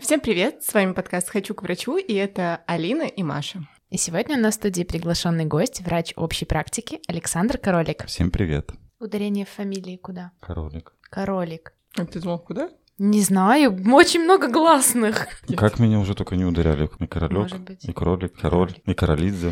Всем привет, с вами подкаст «Хочу к врачу», и это Алина и Маша. И сегодня у нас в студии приглашенный гость, врач общей практики Александр Королик. Всем привет. Ударение в фамилии куда? Королик. Королик. А ты думал, куда? Не знаю, очень много гласных. Как меня уже только не ударяли. И Королёк, и Кролик, Король, и Королидзе.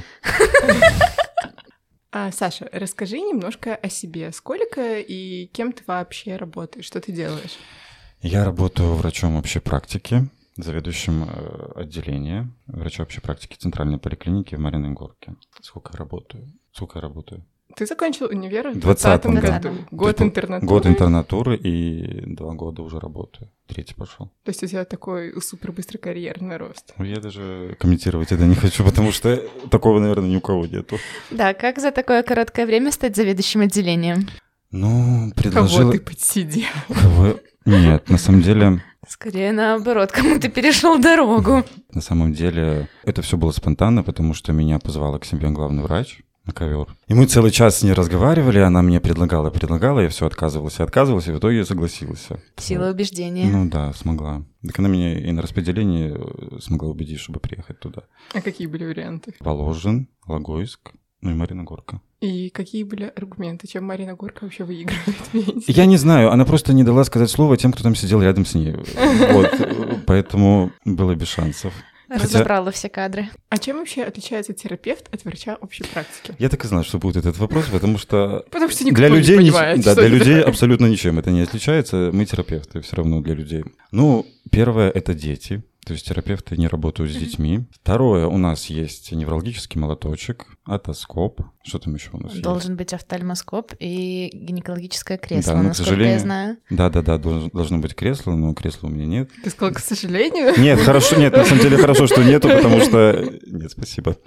Саша, расскажи немножко о себе. Сколько и кем ты вообще работаешь? Что ты делаешь? Я работаю врачом общей практики, заведующим отделения врача общей практики Центральной поликлиники в Мариной Горке. Сколько я работаю? Ты закончил универ в 2020 году. Год интернатуры. Год интернатуры и 2 года уже работаю. 3-й пошел. То есть у тебя такой супербыстрый карьерный рост. Я даже комментировать это не хочу, потому что такого, наверное, ни у кого нету. Да, как за такое короткое время стать заведующим отделением? Предложила... Кого ты подсидел? Нет, на самом деле... Скорее наоборот, кому ты перешел дорогу. На самом деле это все было спонтанно, потому что меня позвала к себе главный врач на ковер. И мы целый час с ней разговаривали, она мне предлагала, я все отказывался, и в итоге согласился. Сила убеждения. Ну да, смогла. Так она меня и на распределении смогла убедить, чтобы приехать туда. А какие были варианты? Воложен, Логойск, и Марина Горка. И какие были аргументы? Чем Марина Горка вообще выигрывает? Я не знаю, она просто не дала сказать слово тем, кто там сидел рядом с ней. Поэтому было без шансов. Разобрала все кадры. А чем вообще отличается терапевт от врача общей практики? Я так и знал, что будет этот вопрос, потому что никто для людей не понимает, для людей абсолютно ничем это не отличается. Мы терапевты все равно для людей. Первое — это дети. То есть терапевты не работают с детьми. Второе, у нас есть неврологический молоточек, отоскоп. Что там еще у нас Должен быть офтальмоскоп и гинекологическое кресло, да, насколько я знаю. Да, должно быть кресло, но кресла у меня нет. Ты сказал, к сожалению? Нет, на самом деле хорошо, что нету, потому что... Нет, спасибо.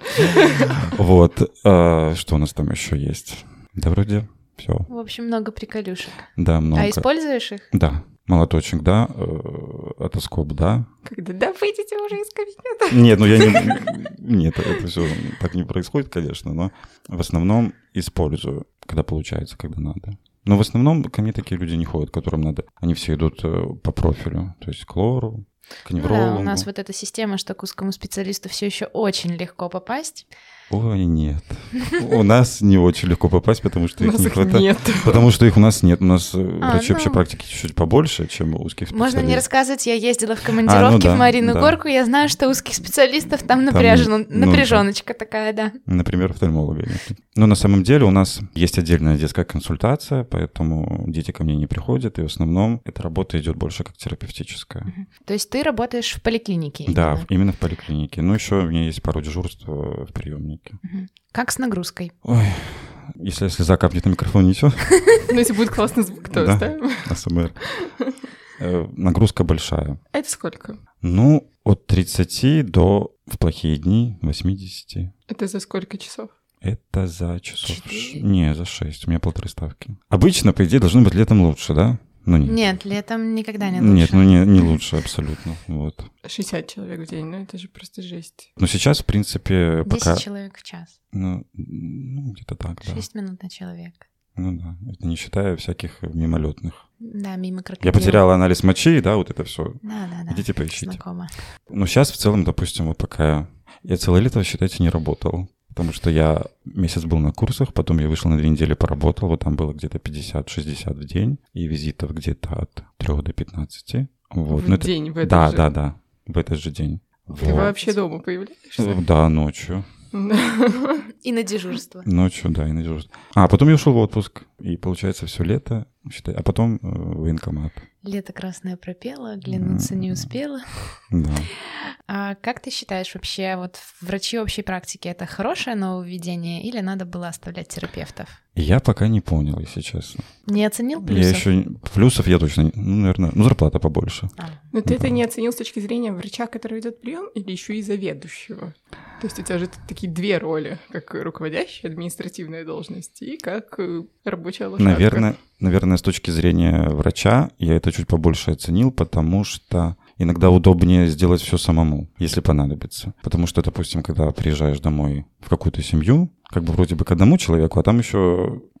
Что у нас там еще есть? Да, вроде все. В общем, много приколюшек. Да, много. А используешь их? Да. Молоточек, да, отоскоп, да. Когда выйдете уже из кабинета? Нет, это все так не происходит, конечно, но в основном использую, когда получается, когда надо. Но в основном ко мне такие люди не ходят, которым надо. Они все идут по профилю, то есть к лору, к неврологу. Да, у нас вот эта система, что к узкому специалисту все еще очень легко попасть. Ой, нет. У нас не очень легко попасть, потому что их не хватает. Нет. Потому что их у нас нет. У нас врачи общей практики чуть-чуть побольше, чем узких специалистов. Можно не рассказывать, я ездила в командировки в Марину Горку, я знаю, что узких специалистов там напряженочка такая, да. Например, офтальмолога нет. Но на самом деле у нас есть отдельная детская консультация, поэтому дети ко мне не приходят, и в основном эта работа идет больше как терапевтическая. То есть ты работаешь в поликлинике? Да, именно в поликлинике. Еще у меня есть пару дежурств в приемнике. Как с нагрузкой? Ой, если слеза капнет на микрофон, не все. Если будет классный звук, то оставим. АСМР. Нагрузка большая. Это сколько? От 30 до, в плохие дни, 80. Это за сколько часов? Это за часов... Не, за 6. У меня 1,5 ставки. Обычно, по идее, должно быть летом лучше, да? Нет, летом никогда не лучше. Нет, не лучше абсолютно. 60 человек в день, это же просто жесть. Но сейчас, в принципе, 10 человек в час. Где-то так, да. 6 минут на человека. Да, это не считая всяких мимолетных. Да, мимо крокодила. Я потеряла анализ мочи, да, вот это все. Да. Идите поищите. Знакомо. Сейчас в целом, допустим, пока я целое лето, считайте, не работал. Потому что я месяц был на курсах, потом я вышел на 2 недели, поработал. Там было где-то 50-60 в день. И визитов где-то от 3 до 15. В день, в этот же? Да, в этот же день. Ты вообще дома появляешься? Да, ночью. И на дежурство. Ночью, да, и на дежурство. А потом я ушел в отпуск. И получается все лето, считай, а потом военкомат. Лето красное пропело, оглянуться не успела. Да. А как ты считаешь вообще, врачи общей практики — это хорошее нововведение или надо было оставлять терапевтов? Я пока не понял, если честно. Не оценил плюсов? Плюсов я точно, наверное, зарплата побольше. Но ты это не оценил с точки зрения врача, который ведет прием, или еще и заведующего? То есть у тебя же такие 2 роли, как руководящая административная должность и как рабочая лошадка. Наверное, с точки зрения врача я это чуть побольше оценил, потому что иногда удобнее сделать все самому, если понадобится. Потому что, допустим, когда приезжаешь домой в какую-то семью, вроде бы к одному человеку, а там еще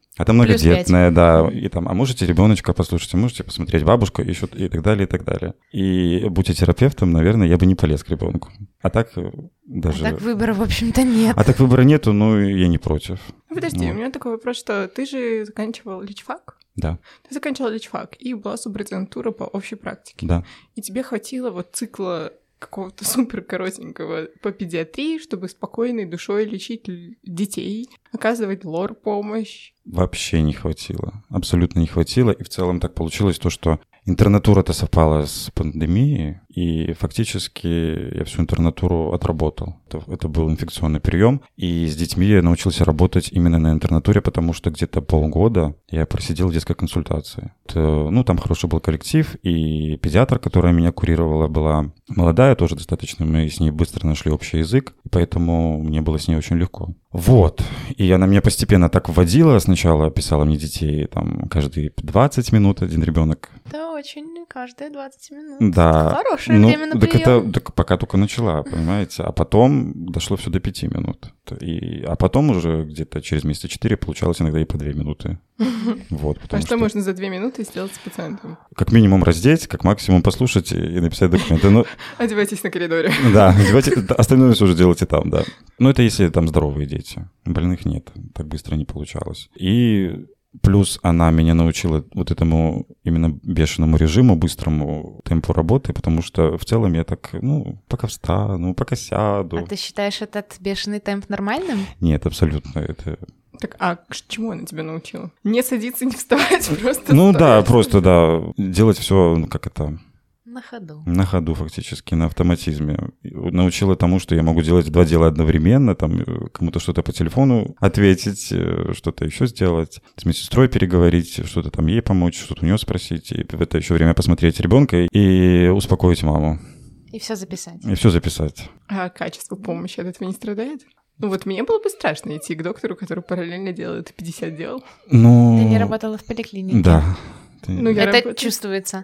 А там многодетная, да, и там, а можете ребеночка послушать, а можете посмотреть бабушку еще и так далее, и так далее. И будь я терапевтом, наверное, я бы не полез к ребенку. А так даже... А так выбора, в общем-то, нет. А так выбора нету, но я не против. Подожди, у меня такой вопрос, что ты же заканчивал личфак? Да. Ты заканчивал личфак, и была субрезидентура по общей практике. Да. И тебе хватило вот цикла какого-то супер коротенького по педиатрии, чтобы спокойной душой лечить детей, оказывать лор-помощь. Вообще не хватило. Абсолютно не хватило. И в целом так получилось то, что интернатура-то совпала с пандемией, и фактически я всю интернатуру отработал. Это был инфекционный прием, и с детьми я научился работать именно на интернатуре, потому что где-то полгода я просидел в детской консультации. Там хороший был коллектив, и педиатр, которая меня курировала, была молодая тоже достаточно, мы с ней быстро нашли общий язык, поэтому мне было с ней очень легко. Вот. И она меня постепенно так вводила. Сначала писала мне детей там каждые 20 минут один ребенок. Да, очень каждые 20 минут. Да. Хорошее время на прием. Так пока только начала, понимаете. А потом дошло все до 5 минут. А потом уже где-то через месяца 4 получалось иногда и по 2 минуты. Вот, а что можно за 2 минуты сделать с пациентом? Как минимум раздеть, как максимум послушать и написать документы. Одевайтесь на коридоре. Да, остальное все уже делайте там, да. Но это если там здоровые дети. Больных нет, так быстро не получалось. И плюс она меня научила вот этому именно бешеному режиму, быстрому темпу работы, потому что в целом я так, пока встану, пока сяду. А ты считаешь этот бешеный темп нормальным? Нет, абсолютно. Это... Так, а чему она тебя научила? Не садиться, не вставать, просто стоять. Да, просто, да, делать все, как это... На ходу. На ходу, фактически, на автоматизме. Научила тому, что я могу делать 2 дела одновременно, там, кому-то что-то по телефону ответить, что-то еще сделать, с медсестрой переговорить, что-то там ей помочь, что-то у нее спросить, и в это еще время посмотреть ребенка и успокоить маму. И все записать. И все записать. А качество помощи от этого не страдает? Вот мне было бы страшно идти к доктору, который параллельно делает 50 дел. Ты не работала в поликлинике? Да. Это чувствуется.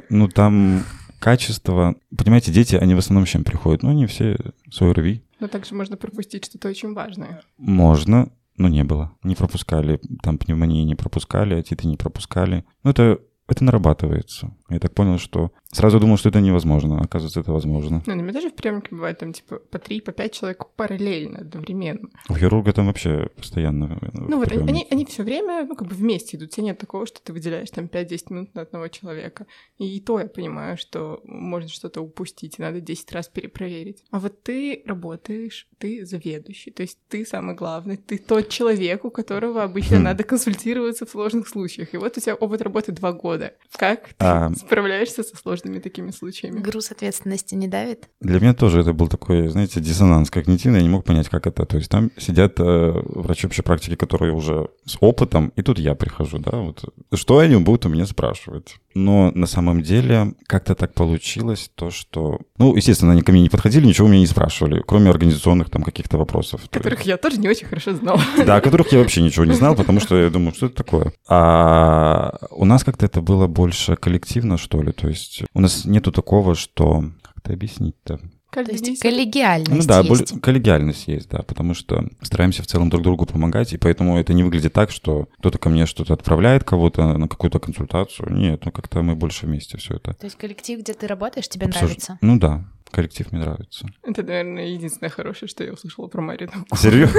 Там качество... Понимаете, дети, они в основном с чем приходят? Они все с ОРВИ. Но также можно пропустить что-то очень важное. Можно, но не было. Не пропускали. Там пневмонии не пропускали, отиты не пропускали. Это нарабатывается. Я так понял, что... Сразу думал, что это невозможно. Оказывается, это возможно. У меня даже в приемке бывает там типа по 3, по 5 человек параллельно, одновременно. У хирурга там вообще постоянно... Вот они все время, вместе идут. Тебе нет такого, что ты выделяешь там 5-10 минут на одного человека. И то я понимаю, что можно что-то упустить, и надо 10 раз перепроверить. А вот ты работаешь, ты заведующий, то есть ты самый главный, ты тот человек, у которого обычно надо консультироваться в сложных случаях. И вот у тебя опыт работы 2 года. Как ты справляешься со сложными такими случаями? Груз ответственности не давит? Для меня тоже это был такой, знаете, диссонанс когнитивный. Я не мог понять, как это. То есть там сидят врачи общей практики, которые уже с опытом, и тут я прихожу, да, вот. Что они будут у меня спрашивать? Но на самом деле как-то так получилось то, что... естественно, они ко мне не подходили, ничего у меня не спрашивали, кроме организационных там каких-то вопросов. Которых я тоже не очень хорошо знала. Да, о которых я вообще ничего не знал, потому что я думаю, что это такое. А у нас как-то это было больше коллективно, что ли. То есть у нас нету такого, что... Как это объяснить-то? То есть коллегиальность есть. Коллегиальность есть, да, потому что стараемся в целом друг другу помогать, и поэтому это не выглядит так, что кто-то ко мне что-то отправляет, кого-то на какую-то консультацию. Нет, как-то мы больше вместе все это. То есть коллектив, где ты работаешь, тебе нравится? Да, коллектив мне нравится. Это, наверное, единственное хорошее, что я услышала про Марину. Серьезно?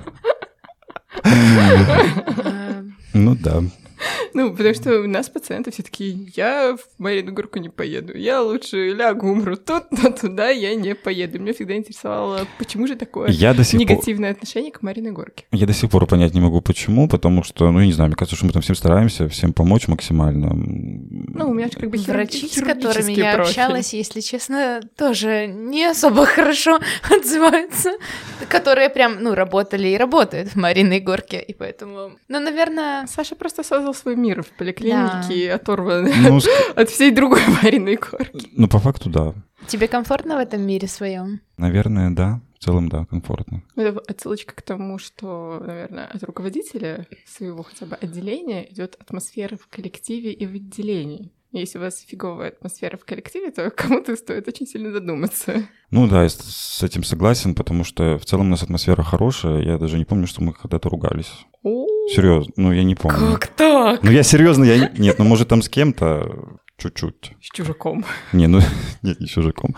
Да. Потому что у нас пациенты все такие: я в Марину горку не поеду, я лучше лягу, умру тут, но туда я не поеду. Меня всегда интересовало, почему же такое негативное отношение к Мариной горке. Я до сих пор понять не могу, почему, потому что, я не знаю, мне кажется, что мы там всем стараемся, всем помочь максимально. У меня же врачи, с которыми я общалась, если честно, тоже не особо хорошо отзываются, которые прям, работали и работают в Мариной горке, и поэтому, наверное... Саша просто создал свой мир в поликлинике, оторванный от всей другой Мариной горки. По факту, да. Тебе комфортно в этом мире своем? Наверное, да. В целом, да, комфортно. Это отсылочка к тому, что, наверное, от руководителя своего хотя бы отделения идет атмосфера в коллективе и в отделении. Если у вас фиговая атмосфера в коллективе, то кому-то стоит очень сильно задуматься. Ну да, я с этим согласен, потому что в целом у нас атмосфера хорошая. Я даже не помню, что мы когда-то ругались. Серьезно, ну я не помню. Как так? Ну я серьезно, нет, ну может там с кем-то чуть-чуть. С чужаком. Нет, не с чужаком.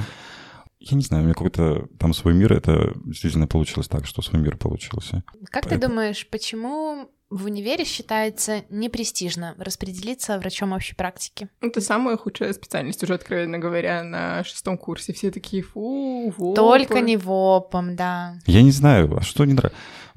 Я не знаю, у меня какой-то там свой мир, это действительно получилось так, что свой мир получился. Как ты думаешь, почему в универе считается непрестижно распределиться врачом общей практики? Это самая худшая специальность, уже, откровенно говоря, на 6 курсе. Все такие, ВОП. Только не ВОПом, да. Я не знаю, а что не нравится?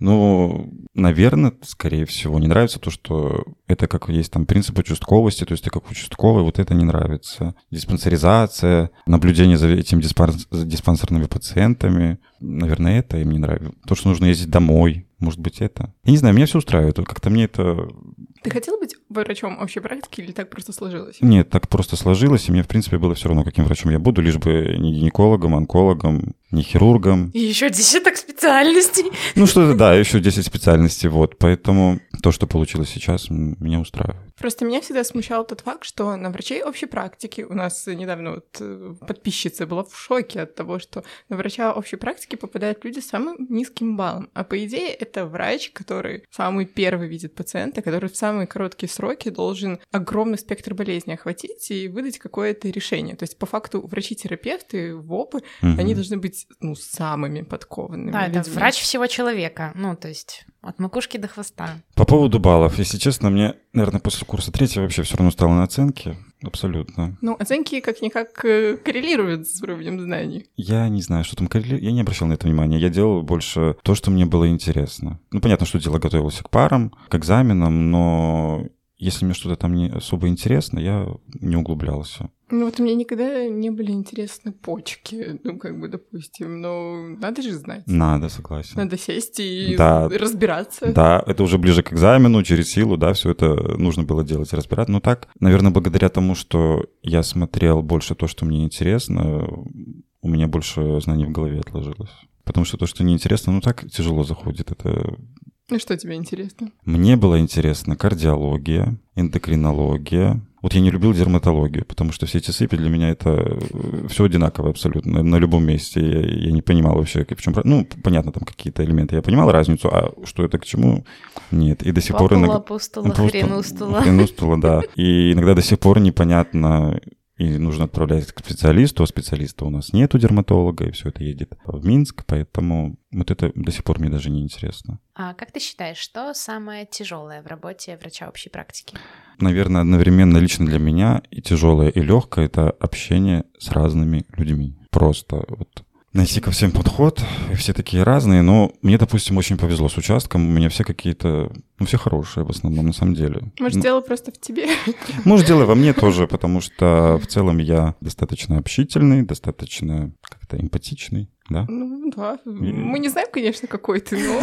Ну, наверное, скорее всего, не нравится то, что это как есть там принцип участковости, то есть ты как участковый, вот это не нравится. Диспансеризация, наблюдение за этими диспансерными пациентами, наверное, это им не нравится. То, что нужно ездить домой, может быть, это. Я не знаю, меня все устраивает, как-то мне это... Ты хотел быть врачом общей практики или так просто сложилось? Нет, так просто сложилось, и мне, в принципе, было все равно, каким врачом я буду, лишь бы не гинекологом, онкологом, не хирургом. И еще 10 специальностей. Ну что-то, да, еще 10 специальностей, вот. Поэтому то, что получилось сейчас, меня устраивает. Просто меня всегда смущал тот факт, что на врачей общей практики у нас недавно подписчица была в шоке от того, что на врача общей практики попадают люди с самым низким баллом. А по идее это врач, который самый первый видит пациента, который в самые короткие сроки должен огромный спектр болезней охватить и выдать какое-то решение. То есть по факту врачи-терапевты, ВОПы, они должны быть самыми подкованными. Да, это врач всего человека, ну то есть от макушки до хвоста. По поводу баллов, если честно, мне, наверное, после курса 3 вообще все равно стало на оценки. Абсолютно. Ну, оценки как-никак коррелируют с уровнем знаний. Я не знаю, что там коррелирует. Я не обращал на это внимания. Я делал больше то, что мне было интересно. Ну, понятно, что дело готовился к парам, к экзаменам, но если мне что-то там не особо интересно, я не углублялся. Ну вот мне никогда не были интересны почки, ну как бы, допустим, но надо же знать. Надо, согласен. Надо сесть и да, разбираться. Да, это уже ближе к экзамену, через силу, да, все это нужно было делать и разбирать. Но так, наверное, благодаря тому, что я смотрел больше то, что мне интересно, у меня больше знаний в голове отложилось. Потому что то, что неинтересно, ну так тяжело заходит. Это... Ну что тебе интересно? Мне было интересно кардиология, эндокринология. Вот я не любил дерматологию, потому что все эти сыпи для меня это все одинаково абсолютно, на любом месте. Я не понимал вообще, в чем... Ну, понятно, там какие-то элементы. Я понимал разницу, а что это к чему? Нет. И до сих пор... Папула, хренустула. Хренустула, да. И иногда до сих пор непонятно... И нужно отправлять к специалисту, а специалиста у нас нету, дерматолога, и все это едет в Минск, поэтому вот это до сих пор мне даже не интересно. А как ты считаешь, что самое тяжелое в работе врача общей практики? Наверное, одновременно лично для меня и тяжелое, и легкое — это общение с разными людьми. Просто вот найти ко всем подход, и все такие разные, но мне, допустим, очень повезло с участком, у меня все какие-то, ну, все хорошие в основном, на самом деле. Может, дело просто в тебе? Может, дело во мне тоже, потому что в целом я достаточно общительный, достаточно как-то эмпатичный, да? Ну, да. Мы не знаем, конечно, какой ты, но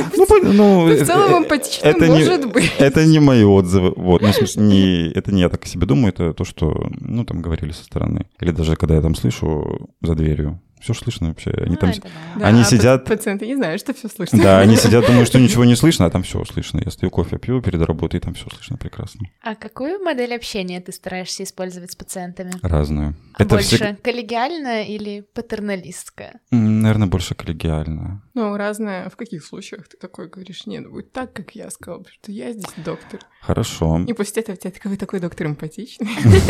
в целом эмпатичным может быть. Это не мои отзывы, вот, ну, в смысле, это не я так о себе думаю, это то, что, ну, там говорили со стороны. Или даже когда я там слышу за дверью. Все слышно вообще. Они там, да, они сидят... Пациенты не знают, что все слышно. Да, они сидят, думают, что ничего не слышно, а там все слышно. Я стою, кофе пью перед работой, и там все слышно прекрасно. А какую модель общения ты стараешься использовать с пациентами? Разную. Это больше коллегиальная или патерналистская? Наверное, больше коллегиальная. Ну, разная. В каких случаях ты такой говоришь? Нет, будет так, как я сказала, потому что я здесь доктор. Хорошо. И после этого у тебя вы такой доктор эмпатичный.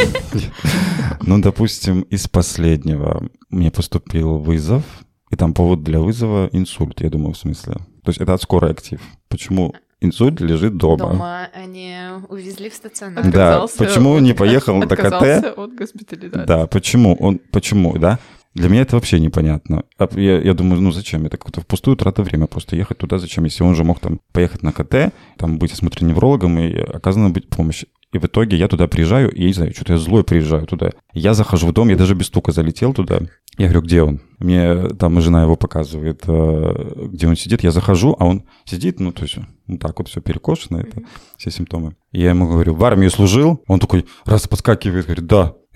Ну, допустим, из последнего мне поступил вызов, и там повод для вызова инсульт, я думаю, в смысле. То есть это от скорой актив. Почему инсульт лежит дома? Дома, они увезли в стационар. Да, почему не поехал на КТ? Отказался от госпитализации. Да, почему, да? Для меня это вообще непонятно. Я думаю, ну зачем? Это как-то впустую трата время просто ехать туда. Зачем? Если он же мог там поехать на КТ, там быть осмотрен неврологом и оказана быть помощь. И в итоге я туда приезжаю, и я не знаю, что-то я злой приезжаю туда. Я захожу в дом, я даже без стука залетел туда. Я говорю, где он? Мне там жена его показывает, где он сидит. Я захожу, а он сидит, ну, то есть, ну, так вот все перекошено, это все симптомы. И я ему говорю, в армии служил? Он такой раз подскакивает, говорит, да. Я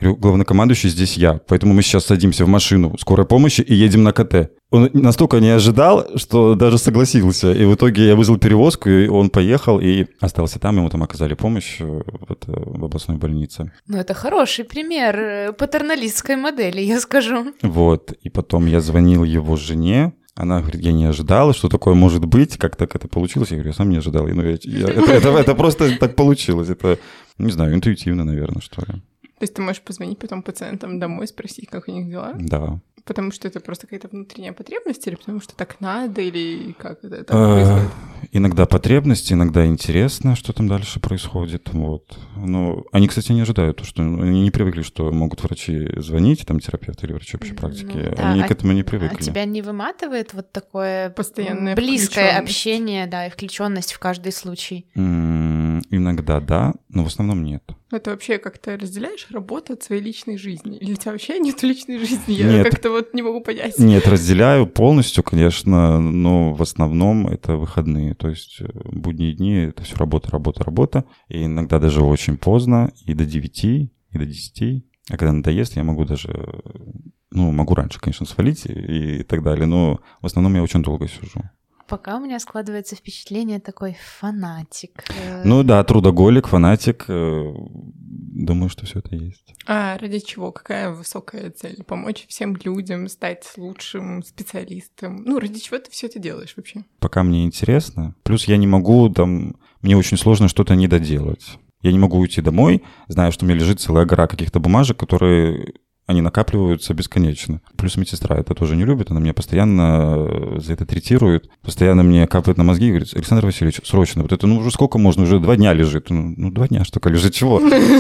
Говорю, главнокомандующий здесь я, поэтому мы сейчас садимся в машину скорой помощи и едем на КТ. Он настолько не ожидал, что даже согласился. И в итоге я вызвал перевозку, и он поехал и остался там. Ему там оказали помощь в областной больнице. Ну, это хороший пример патерналистской модели, я скажу. Вот. И потом я звонил его жене. Она говорит, я не ожидала, что такое может быть. Как так это получилось? Я говорю, я сам не ожидал. Это просто так получилось. Это, не знаю, интуитивно, наверное, что ли. То есть ты можешь позвонить потом пациентам домой, спросить, как у них дела? Да. Потому что это просто какая-то внутренняя потребность, или потому что так надо, или как это происходит? Иногда потребность, иногда интересно, что там дальше происходит. Вот. Но они, кстати, не ожидают, что они не привыкли, что могут врачи звонить, там терапевты или врачи общей практики. Ну, да. Они к этому не привыкли. А тебя не выматывает вот такое постоянное близкое общение, да, и включенность в каждый случай? Иногда да, но в основном нет. Но ты вообще как-то разделяешь работу от своей личной жизни? Или у тебя вообще нет личной жизни? Я нет. как-то вот не могу понять. Нет, разделяю полностью, конечно, но в основном это выходные. То есть будние дни — это все работа, работа, работа. И иногда даже очень поздно, и до 9, и до 10. А когда надоест, я могу даже... Ну, могу раньше, конечно, свалить и так далее, но в основном я очень долго сижу. Пока у меня складывается впечатление такой фанатик. Ну да, трудоголик, фанатик. Думаю, что все это есть. А ради чего? Какая высокая цель? Помочь всем людям стать лучшим специалистом? Ну, ради чего ты все это делаешь вообще? Пока мне интересно. Плюс я не могу там... Мне очень сложно что-то не доделать. Я не могу уйти домой, зная, что у меня лежит целая гора каких-то бумажек, которые... Они накапливаются бесконечно. Плюс медсестра это тоже не любит, она меня постоянно за это третирует, постоянно мне капает на мозги и говорит, Александр Васильевич, срочно, вот это, ну уже сколько можно, уже 2 дня лежит. Ну 2 дня, что только лежит, чего?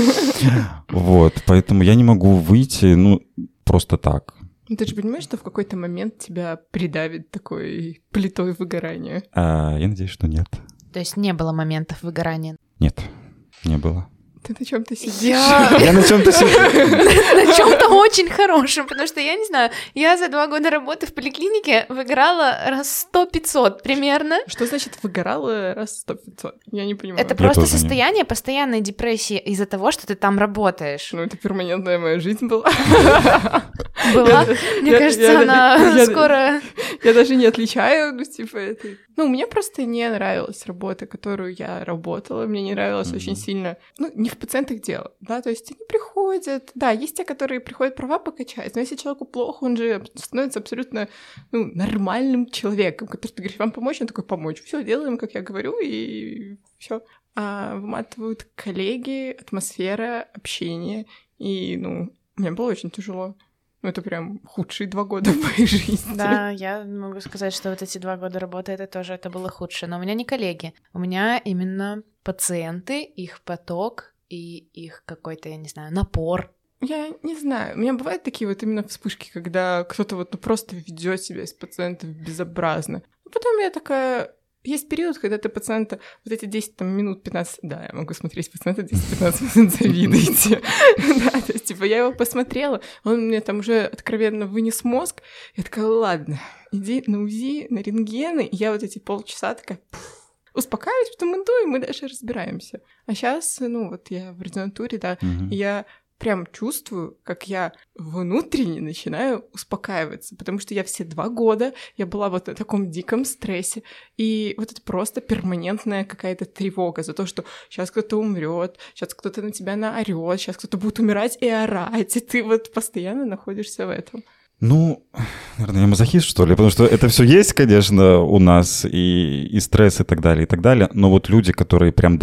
Вот, поэтому я не могу выйти, ну, просто так. Ты же понимаешь, что в какой-то момент тебя придавит такой плитой выгорания? Я надеюсь, что нет. То есть не было моментов выгорания? Нет, не было. Ты на чем-то сидишь? Я на чем-то сижу. На чем-то очень хорошем, потому что, я не знаю, я за 2 года работы в поликлинике выгорала раз 100-500 примерно. Что значит выгорала раз 100-500? Я не понимаю. Это просто состояние постоянной депрессии из-за того, что ты там работаешь. Ну, это перманентная моя жизнь была. Была? Мне кажется, она скоро... Я даже не отличаю, ну, типа, это... Ну, мне просто не нравилась работа, которую я работала. Мне не нравилось очень сильно... Ну, не в пациентах дело, да, то есть они приходят... Да, есть те, которые приходят права покачать, но если человеку плохо, он же становится абсолютно, ну, нормальным человеком, который, ты говоришь, вам помочь? Он такой, помочь. Все, делаем, как я говорю, и все. А выматывают коллеги, атмосфера, общение, и, ну, мне было очень тяжело. Ну, это прям худшие 2 года в моей жизни. Да, я могу сказать, что вот эти 2 года работы, это было худшее. Но у меня не коллеги. У меня именно пациенты, их поток и их какой-то, я не знаю, напор. Я не знаю. У меня бывают такие вот именно вспышки, когда кто-то вот ну, просто ведет себя из пациентов безобразно. Но потом я такая... Есть период, когда ты пациента вот эти 10 там, минут, 15... Да, я могу смотреть пациента 10-15 минут, завидуете. Да, то есть, типа, я его посмотрела, он мне там уже откровенно вынес мозг. Я такая, ладно, иди на УЗИ, на рентгены. И я вот эти полчаса такая... Успокаиваюсь, потом иду, и мы дальше разбираемся. А сейчас, ну, вот я в резидентуре, да, и я... прям чувствую, как я внутренне начинаю успокаиваться, потому что я все 2 года, я была вот на таком диком стрессе, и вот это просто перманентная какая-то тревога за то, что сейчас кто-то умрет, сейчас кто-то на тебя наорёт, сейчас кто-то будет умирать и орать, и ты вот постоянно находишься в этом. Ну, наверное, я мазохист, что ли, потому что это все есть, конечно, у нас, и стресс, и так далее, но вот люди, которые прям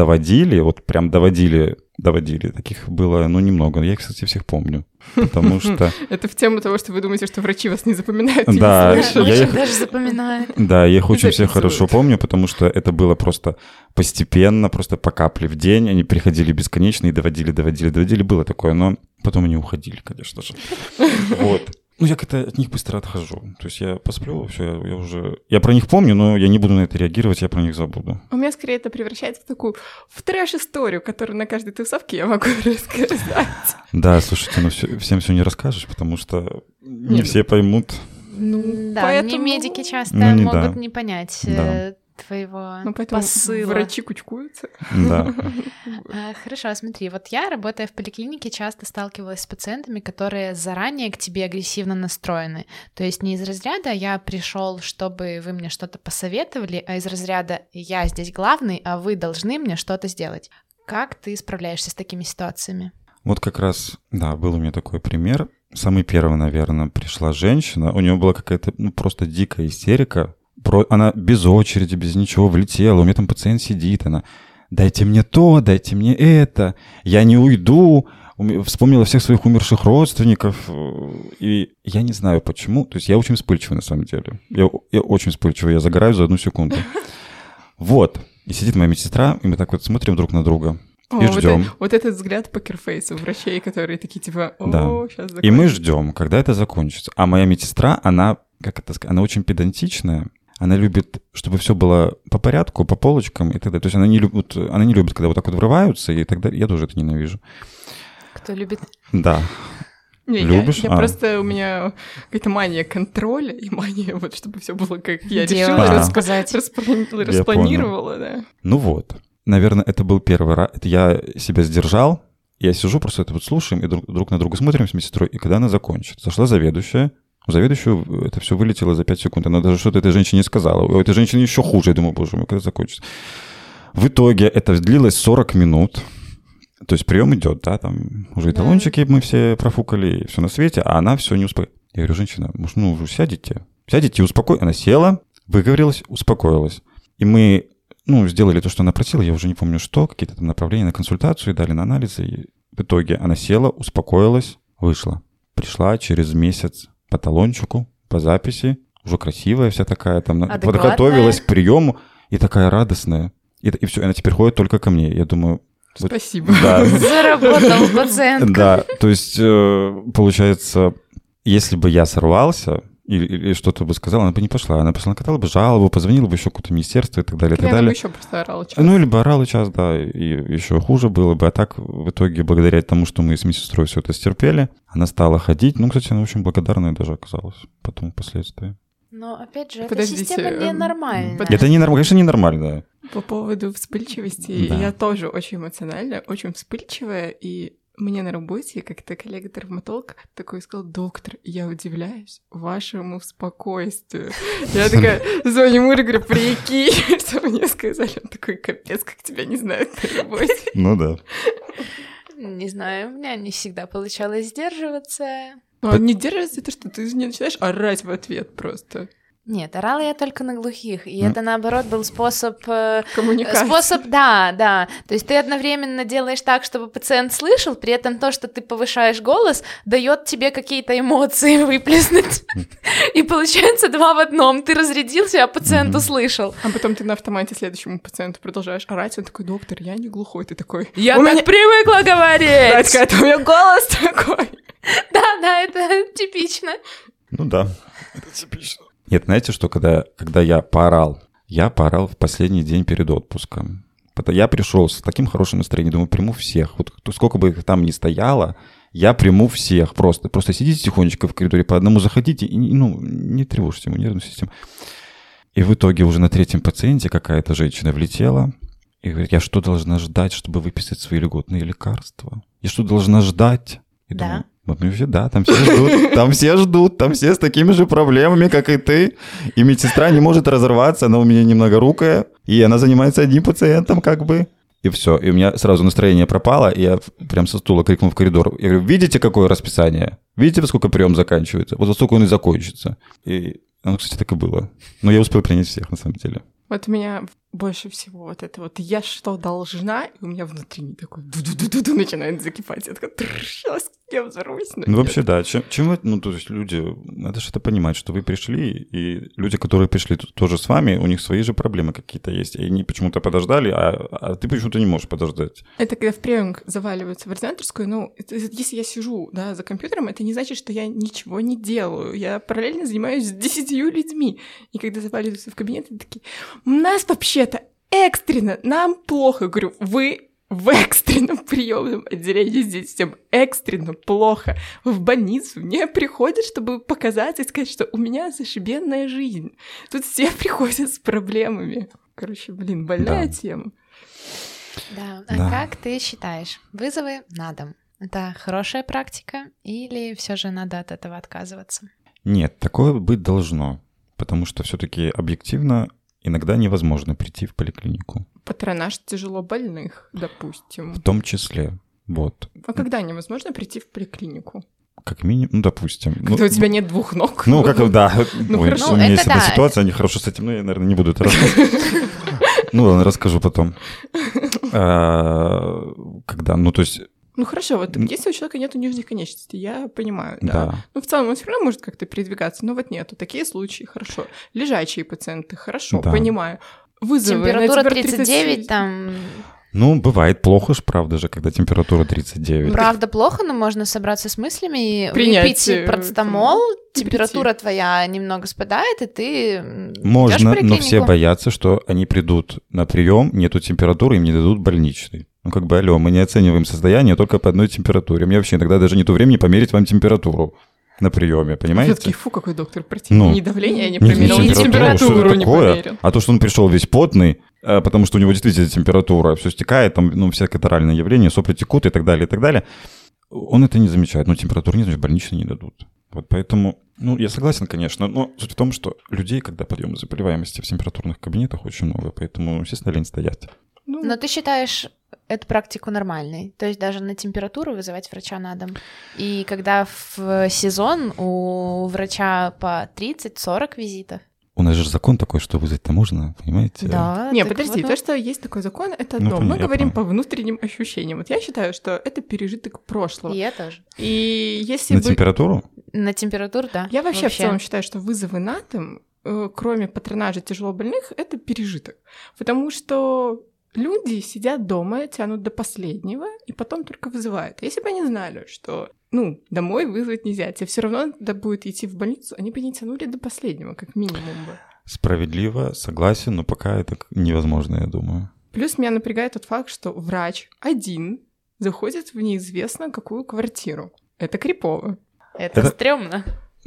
доводили, таких было, ну, немного. Я их, кстати, всех помню, потому что... Это в тему того, что вы думаете, что врачи вас не запоминают. Да, я их даже запоминаю. Да, я их очень всех хорошо помню, потому что это было просто постепенно, просто по капле в день. Они приходили бесконечно и доводили. Было такое, но потом они уходили, конечно же. Вот. Ну, я как-то от них быстро отхожу. То есть я посплю, все, я уже... Я про них помню, но я не буду на это реагировать, я про них забуду. У меня скорее это превращается в такую в трэш-историю, которую на каждой тусовке я могу рассказать. Да, слушайте, ну всем все не расскажешь, потому что не все поймут. Ну, да, поэтому... не медики часто могут не понять твоего поэтому посыла. Врачи кучкуются. Да. Хорошо, смотри, вот я, работая в поликлинике, часто сталкивалась с пациентами, которые заранее к тебе агрессивно настроены. То есть не из разряда «я пришел, чтобы вы мне что-то посоветовали», а из разряда «я здесь главный, а вы должны мне что-то сделать». Как ты справляешься с такими ситуациями? Вот как раз, да, был у меня такой пример. Самый первый, наверное, пришла женщина, у нее была какая-то просто дикая истерика. Она без очереди, без ничего влетела, у меня там пациент сидит, она: «Дайте мне то, дайте мне это, я не уйду». Вспомнила всех своих умерших родственников, и я не знаю почему. То есть я очень вспыльчивый на самом деле. Я очень вспыльчивый, я загораю за 1 секунду. Вот. И сидит моя медсестра, и мы так вот смотрим друг на друга. И ждем. Вот этот взгляд покерфейса у врачей, которые такие типа: сейчас закончится. И мы ждем, когда это закончится. А моя медсестра, она, как это сказать, она очень педантичная. Она любит, чтобы все было по порядку, по полочкам и так далее. То есть она не любит, когда вот так вот врываются, и так далее. Я тоже это ненавижу. Кто любит? Да. Любишь? Я просто, у меня какая-то мания контроля и мания вот, чтобы все было как я решила, распланировала, да. Ну вот. Наверное, это был первый раз. Это я себя сдержал. Я сижу, просто это вот слушаем и друг на друга смотрим с медсестрой. И когда она закончит, зашла заведующая. У заведующего это все вылетело за 5 секунд. Она даже что-то этой женщине не сказала. У этой женщины еще хуже. Я думаю, боже мой, когда закончится. В итоге это длилось 40 минут. То есть прием идет, да, там уже и талончики мы все профукали, все на свете, а она все не успокоилась. Я говорю: женщина, может, уже сядете и успокойтесь. Она села, выговорилась, успокоилась. И мы, сделали то, что она просила, я уже не помню что, какие-то там направления на консультацию, дали на анализы. И в итоге она села, успокоилась, вышла. Пришла через месяц по талончику, по записи, уже красивая вся такая, там подготовилась к приему и такая радостная. И все, она теперь ходит только ко мне. Я думаю... Спасибо. Да. Заработал пациентка. Да, то есть, получается, если бы я сорвался или что-то бы сказал, она бы не пошла. Она просто накатала бы жалобу, позвонила бы еще в какое-то министерство и так далее, и так далее. Бы еще просто орала час. Либо орала час, да, и еще хуже было бы. А так, в итоге, благодаря тому, что мы с медсестрой все это стерпели, она стала ходить. Кстати, она очень благодарная даже оказалась потом, впоследствии. Но, опять же, эта система ненормальная. Это конечно, ненормально. По поводу вспыльчивости, я тоже очень эмоциональная, очень вспыльчивая, и мне на работе как-то коллега-травматолог такой сказал: доктор, я удивляюсь вашему спокойствию. Я такая звоню мужу, говорю: прикинь, что мне сказали. Он такой: капец, как тебя не знают на работе. Ну да. Не знаю, у меня не всегда получалось сдерживаться. Но не держится то, что ты не начинаешь орать в ответ просто. Нет, орала я только на глухих, и это, наоборот, был способ... коммуникации. Способ, да. То есть ты одновременно делаешь так, чтобы пациент слышал, при этом то, что ты повышаешь голос, дает тебе какие-то эмоции выплеснуть. И получается 2 в 1. Ты разрядился, а пациент услышал. А потом ты на автомате следующему пациенту продолжаешь орать, он такой: доктор, я не глухой. Ты такой: я так привыкла говорить! Катька, это у меня голос такой. Да, это типично. Ну да, это типично. Нет, знаете что, когда я поорал в последний день перед отпуском. Я пришел с таким хорошим настроением, думаю, приму всех. Вот сколько бы их там ни стояло, я приму всех. Просто сидите тихонечко в коридоре, по одному заходите и не тревожьте ему нервную систему. И в итоге уже на 3-м пациенте какая-то женщина влетела и говорит: я что, должна ждать, чтобы выписать свои льготные лекарства? Я что, должна ждать? И думаю, вообще, да, там все ждут, там все с такими же проблемами, как и ты. И медсестра не может разорваться, она у меня немногорукая, и она занимается одним пациентом как бы. И все, и у меня сразу настроение пропало, и я прям со стула крикнул в коридор. Я говорю: видите, какое расписание? Видите, во сколько прием заканчивается? Вот во сколько он и закончится. И оно, кстати, так и было. Но я успел принять всех, на самом деле. Вот у меня больше всего вот это вот «я что должна?» и у меня внутренний такой ду-ду-ду-ду начинает закипать. Я такая: сейчас я взорвусь. Вообще, да. Чем вы, то есть люди, надо же это понимать, что вы пришли, и люди, которые пришли тоже с вами, у них свои же проблемы какие-то есть, и они почему-то подождали, а ты почему-то не можешь подождать. Это когда в прием заваливаются в ординаторскую, если я сижу, да, за компьютером, это не значит, что я ничего не делаю. Я параллельно занимаюсь с 10 людьми. И когда заваливаются в кабинет, они такие: у нас вообще-то экстренно, нам плохо. Я говорю: вы в экстренном приемном отделении, здесь всем экстренно плохо. В больницу не приходят, чтобы показаться и сказать, что у меня зашибенная жизнь. Тут все приходят с проблемами. Короче, больная тема. Да. А как ты считаешь, вызовы на дом — это хорошая практика или все же надо от этого отказываться? Нет, такое быть должно, потому что все-таки объективно иногда невозможно прийти в поликлинику. Патронаж тяжело больных, допустим. В том числе, вот. А когда невозможно прийти в поликлинику? Как минимум, допустим. Когда у тебя нет 2 ног. Ну, как да. У меня есть эта ситуация, они хорошо с этим, но я, наверное, не буду это рассказывать. Ну, ладно, расскажу потом. Когда, то есть... Ну, хорошо, вот если у человека нет нижних конечностей, я понимаю, да. Ну, в целом он все равно может как-то передвигаться, но вот нету. Такие случаи, хорошо. Лежачие пациенты, хорошо, понимаю. Вызовы температура 39, там... Ну, бывает плохо ж, правда же, когда температура 39. Правда плохо, но можно собраться с мыслями, выпить парацетамол, температура твоя немного спадает, и ты можно, но все боятся, что они придут на прием, нету температуры, им не дадут больничный. Ну, как бы, алло, мы не оцениваем состояние только по одной температуре. Мне вообще иногда даже нету времени померить вам температуру на приеме, понимаете? Все-таки, какой доктор противный. Не давление не померил, не температуру не померил. А то, что он пришел весь потный, потому что у него действительно температура, все стекает, там, всякое катаральное явление, сопли текут и так далее, он это не замечает. Но температуру нет, значит, больничный не дадут. Вот поэтому, я согласен, конечно, но суть в том, что людей, когда подъем заболеваемости в температурных кабинетах, очень много, поэтому, естественно, лень стоять. Но ты считаешь эту практику нормальной? То есть даже на температуру вызывать врача на дом? И когда в сезон у врача по 30-40 визитов? У нас же закон такой, что вызвать-то можно, понимаете? Да. Не, подожди, то, что есть такой закон, это одно. Мы говорим по внутренним ощущениям. Вот я считаю, что это пережиток прошлого. И я тоже. И если на температуру? На температуру, да. Я вообще в целом считаю, что вызовы на дом, кроме патронажа тяжелобольных, это пережиток. Потому что люди сидят дома, тянут до последнего, и потом только вызывают. Если бы они знали, что, домой вызвать нельзя, тебе все равно надо будет идти в больницу, они бы не тянули до последнего, как минимум бы. Справедливо, согласен, но пока это невозможно, я думаю. Плюс меня напрягает тот факт, что врач один заходит в неизвестно какую квартиру. Это крипово. Это стрёмно.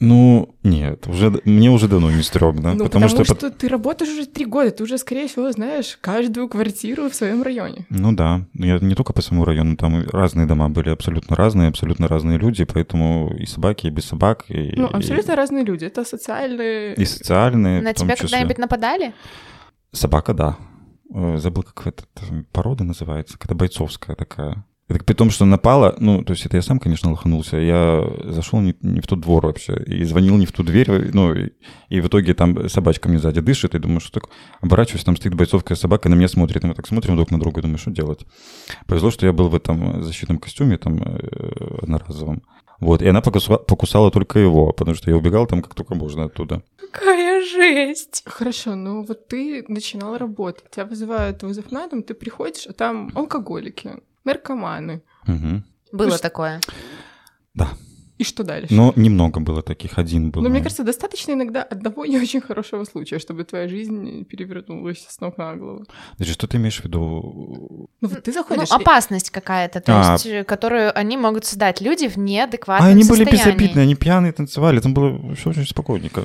Нет, мне уже давно не стрёмно. Потому что ты работаешь уже 3 года, ты уже, скорее всего, знаешь каждую квартиру в своем районе. Ну да, я не только по своему району, там разные дома были, абсолютно разные люди, поэтому и собаки, и без собак. Абсолютно разные люди, это социальные... И социальные, на тебя когда-нибудь нападали? Собака, да. Забыл, как порода называется, какая-то бойцовская такая. Это при том, что напала, то есть это я сам, конечно, лоханулся, я зашел не в тот двор вообще, и звонил не в ту дверь, и в итоге там собачка мне сзади дышит, и думаю, что так, оборачиваюсь, там стоит бойцовская собака, на меня смотрит, и мы так смотрим друг на друга, и думаю, что делать. Повезло, что я был в этом защитном костюме, там, одноразовом, вот, и она покусала только его, потому что я убегал там как только можно оттуда. Какая жесть! Хорошо, вот ты начинал работать, тебя вызывают вызов на дом, ты приходишь, а там алкоголики, наркоманы. Угу. Было такое? Да. И что дальше? Но немного было таких, один был. Но мне кажется, достаточно иногда одного не очень хорошего случая, чтобы твоя жизнь перевернулась с ног на голову. Значит, что ты имеешь в виду? Ты заходишь... опасность какая-то, то есть, которую они могут создать люди в неадекватном они состоянии. Были безобидные, они пьяные танцевали, там было все очень спокойненько.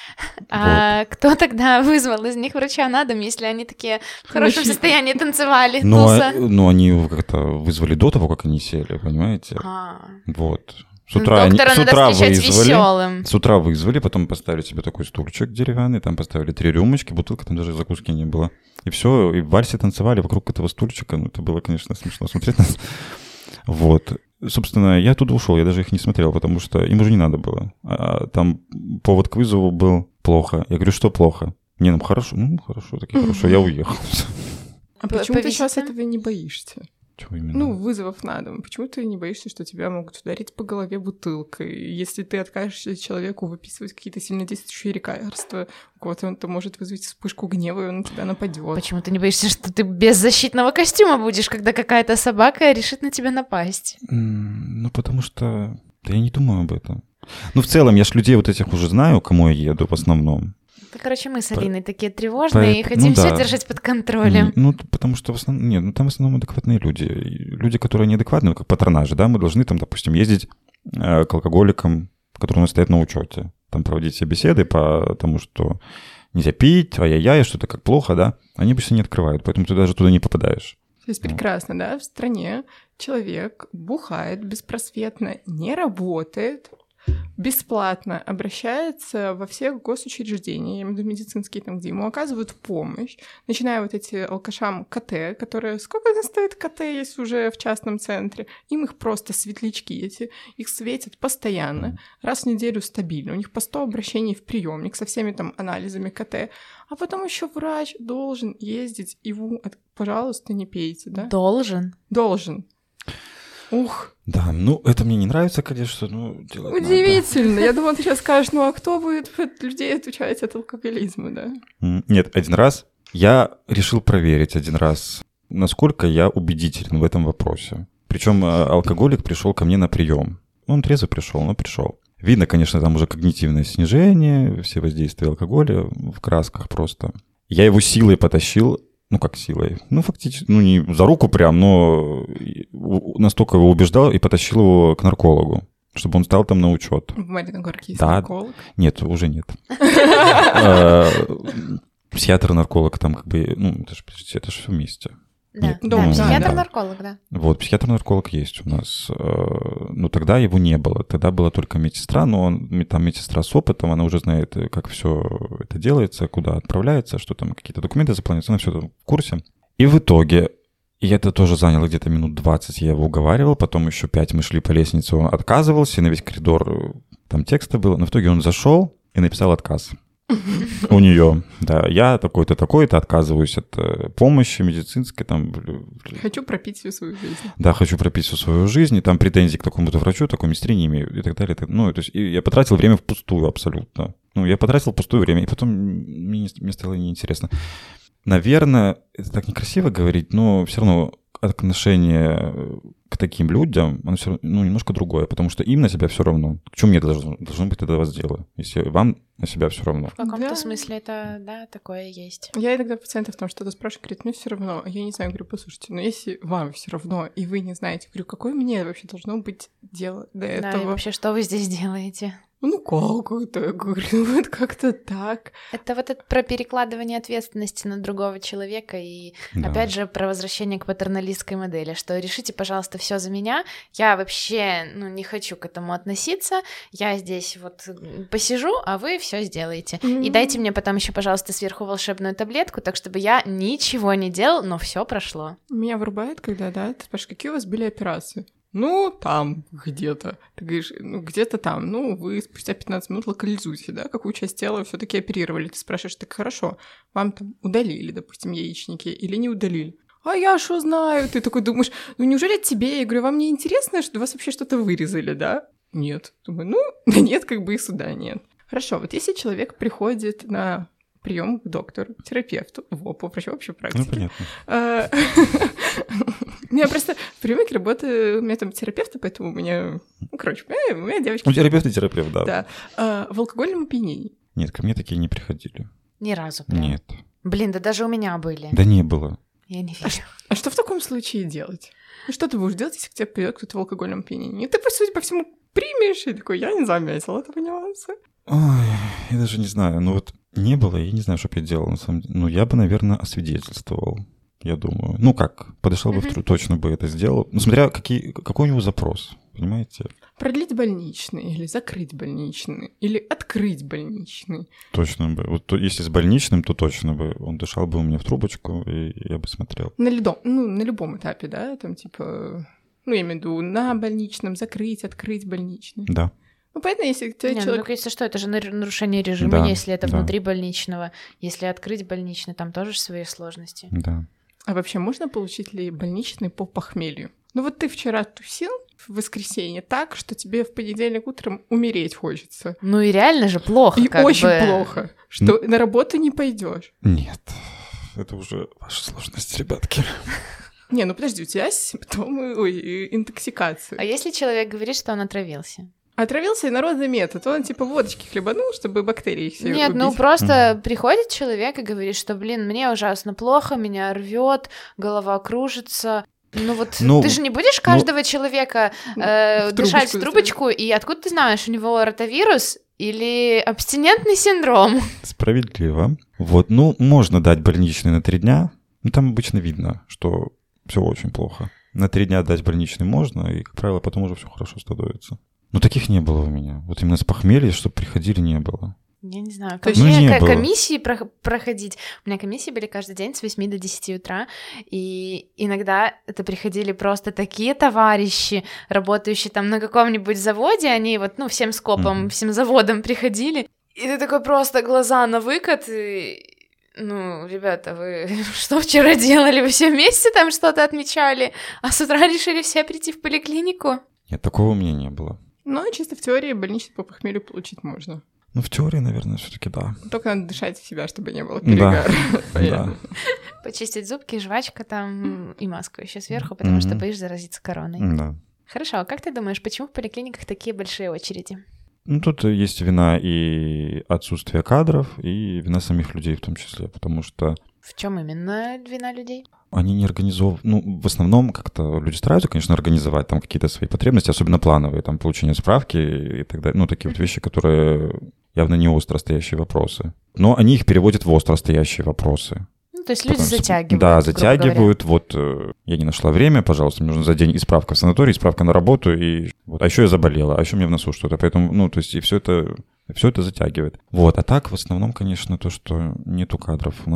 Кто тогда вызвал из них врача на дом, если они такие в хорошем состоянии танцевали? Но они как-то вызвали до того, как они сели, понимаете? Вот. С утра вызвали, потом поставили себе такой стульчик деревянный, там поставили 3 рюмочки, бутылка, там даже закуски не было. И все, и в вальсе танцевали вокруг этого стульчика. Это было, конечно, смешно смотреть. Вот. Собственно, я оттуда ушел, я даже их не смотрел, потому что им уже не надо было. Там повод к вызову был плохо. Я говорю, что плохо? Не, хорошо. Хорошо, хорошо, я уехал. А почему ты сейчас этого не боишься? Чего именно? Вызовов на дом. Почему ты не боишься, что тебя могут ударить по голове бутылкой? Если ты откажешься человеку выписывать какие-то сильнодействующие лекарства, у кого-то он может вызвать вспышку гнева, и он на тебя нападет. Почему ты не боишься, что ты без защитного костюма будешь, когда какая-то собака решит на тебя напасть? Потому что... Да я не думаю об этом. В целом, я ж людей вот этих уже знаю, кому я еду в основном. Короче, мы с Алиной такие тревожные и хотим все держать под контролем. Потому что в основном... там в основном адекватные люди. Люди, которые неадекватные, как патронажи, да, мы должны там, допустим, ездить к алкоголикам, которые у нас стоят на учете, там проводить все беседы по тому, что нельзя пить, ай-яй-яй, что-то как плохо, да, они обычно не открывают, поэтому ты даже туда не попадаешь. То есть прекрасно, да, в стране человек бухает беспросветно, не работает, бесплатно обращается во всех госучреждения, я имею в виду медицинские, там, где ему оказывают помощь, начиная вот эти алкашам КТ, которые... Сколько это стоит КТ, если уже в частном центре? Им их просто светлячки эти, их светят постоянно, раз в неделю стабильно, у них по 100 обращений в приемник со всеми там анализами КТ, а потом еще врач должен ездить, его, пожалуйста, не пейте, да? Должен. Ух. Да, ну это мне не нравится, конечно, но делать удивительно. надо. Я думала, ты сейчас скажешь, ну а кто будет от людей отвечать от алкоголизма, да? Нет, один раз я решил проверить насколько я убедителен в этом вопросе. Причем алкоголик пришел ко мне на прием. Он трезво пришел, но пришел. Видно, конечно, там уже когнитивное снижение, все воздействия алкоголя в красках просто. Я его силой потащил. Ну, как силой? Ну, фактически, ну, не за руку прям, но настолько его убеждал и потащил его к наркологу, чтобы он стал там на учет. В Мариной Горке есть нарколог? Нет, уже нет. Психиатр-нарколог там как бы, ну, это же все вместе. Да, психиатр-нарколог, да. Вот, психиатр-нарколог есть у нас. Но тогда его не было. Тогда была только медсестра, но там медсестра с опытом, она уже знает, как все это делается, куда отправляется, что там какие-то документы заполняются, она все это в курсе. И в итоге, и это тоже заняло где-то минут 20, я его уговаривал, потом еще 5 мы шли по лестнице, он отказывался, и на весь коридор там текста было, но в итоге он зашел и написал отказ. У нее, да, я такой-то, такой-то, отказываюсь от помощи медицинской, там... Хочу пропить всю свою жизнь. Да, хочу пропить всю свою жизнь, и там претензий к такому-то врачу, такой медсестре не имею, и так далее. Ну, то есть я потратил время впустую абсолютно. Ну, я потратил пустое время, и потом мне стало неинтересно. Наверное, это так некрасиво говорить, но все равно отношение к таким людям, оно все равно, ну, немножко другое, потому что им на себя все равно. К чему мне должно быть тогда вас дело, если вам на себя все равно? В каком-то смысле это, да, такое есть. Я иногда пациентов там что-то спрашиваю, говорит, мне все равно. Я не знаю, говорю, послушайте, но если вам все равно, и вы не знаете, говорю, какое мне вообще должно быть дело до этого? Да, и вообще, что вы здесь делаете? Ну как это? Я говорю, ну вот как-то так. Это вот это про перекладывание ответственности на другого человека и, опять же, про возвращение к патерналистской модели, что решите, пожалуйста, все за меня, я вообще, не хочу к этому относиться, я здесь вот посижу, а вы все сделаете. И дайте мне потом еще, пожалуйста, сверху волшебную таблетку, так чтобы я ничего не делал, но все прошло. Меня вырубает, когда, да, ты спрашиваешь, какие у вас были операции? Ну, там где-то. Ты говоришь, где-то там. Ну, вы спустя 15 минут локализуете, да, какую часть тела все таки оперировали. Ты спрашиваешь, так хорошо, вам там удалили, допустим, яичники или не удалили? А я что знаю? Ты такой думаешь, неужели тебе? Я говорю, вам не интересно, что вас вообще что-то вырезали, да? Нет. Думаю, нет, как бы и суда нет. Хорошо, вот если человек приходит на прием к доктору, терапевту, по врачу общей практики. Ну, понятно. Я просто в приемнике работаю, у меня там терапевты, поэтому у меня... у меня девочки... Ну, терапевт и терапевт, да. Да. В алкогольном опьянении. Нет, ко мне такие не приходили. Ни разу прям? Нет. Блин, да даже у меня были. Да не было. Я не верю. А что в таком случае делать? Что ты будешь делать, если к тебе придет кто-то в алкогольном опьянении? Ты, по всему, примешь, и такой, я не заметила этого нюанса. Ой, я даже не знаю. Вот не было, я не знаю, что бы я делал, на самом деле. Я бы, наверное, освидетельствовал. Я думаю. Подошел бы точно бы это сделал. Смотря какой у него запрос, понимаете? Продлить больничный, или закрыть больничный, или открыть больничный. Точно бы. Вот если с больничным, то точно бы. Он дышал бы у меня в трубочку, и я бы смотрел. На любом этапе, да? Там типа, я имею в виду на больничном, закрыть, открыть больничный. Да. Понятно, если человек... если что, это же нарушение режима, если это внутри больничного. Если открыть больничный, там тоже свои сложности. Да. А вообще можно получить ли больничный по похмелью? Вот ты вчера тусил в воскресенье так, что тебе в понедельник утром умереть хочется. И реально же плохо. И очень плохо, что на работу не пойдешь. Нет, это уже ваша сложность, ребятки. Подожди, у тебя симптомы интоксикации. А если человек говорит, что он отравился? Отравился, и народный метод. Он типа водочки хлебанул, чтобы бактерии их все убить. Нет, просто приходит человек и говорит, что, мне ужасно плохо, меня рвет, голова кружится. Ты же не будешь каждого человека дышать в трубочку, и откуда ты знаешь, у него ротавирус, или абстинентный синдром? Справедливо. Вот, можно дать больничный на 3 дня. Там обычно видно, что все очень плохо. На 3 дня дать больничный можно, и, как правило, потом уже все хорошо становится. Но таких не было у меня. Вот именно с похмелья, чтобы приходили, не было. Я не знаю, комиссии проходить. У меня комиссии были каждый день с 8 до 10 утра, и иногда это приходили просто такие товарищи, работающие там на каком-нибудь заводе, они вот, всем скопом, всем заводом приходили, и ты такой просто глаза на выкат, и... ребята, вы что вчера делали? Вы все вместе там что-то отмечали, а с утра решили все прийти в поликлинику? Нет, такого у меня не было. Чисто в теории больничный по похмелью получить можно. В теории, наверное, все-таки да. Только надо дышать в себя, чтобы не было перегара. Да. Почистить зубки, жвачка там и маску еще сверху, потому что боишься заразиться короной. Да. Хорошо, а как ты думаешь, почему в поликлиниках такие большие очереди? Тут есть вина и отсутствие кадров, и вина самих людей в том числе, потому что... В чем именно вина людей? Они не организованы. В основном как-то люди стараются, конечно, организовать там какие-то свои потребности, особенно плановые, там, получение справки и так далее. Такие вот вещи, которые явно не остро стоящие вопросы. Но они их переводят в остро стоящие вопросы. То есть люди затягивают. Да, затягивают. Вот я не нашла время, пожалуйста, мне нужно за день и справка в санатории, и справка на работу, и вот. А еще я заболела, а еще мне в носу что-то. Поэтому, то есть и все это затягивает. Вот, а так в основном, конечно, то, что нету кадров. У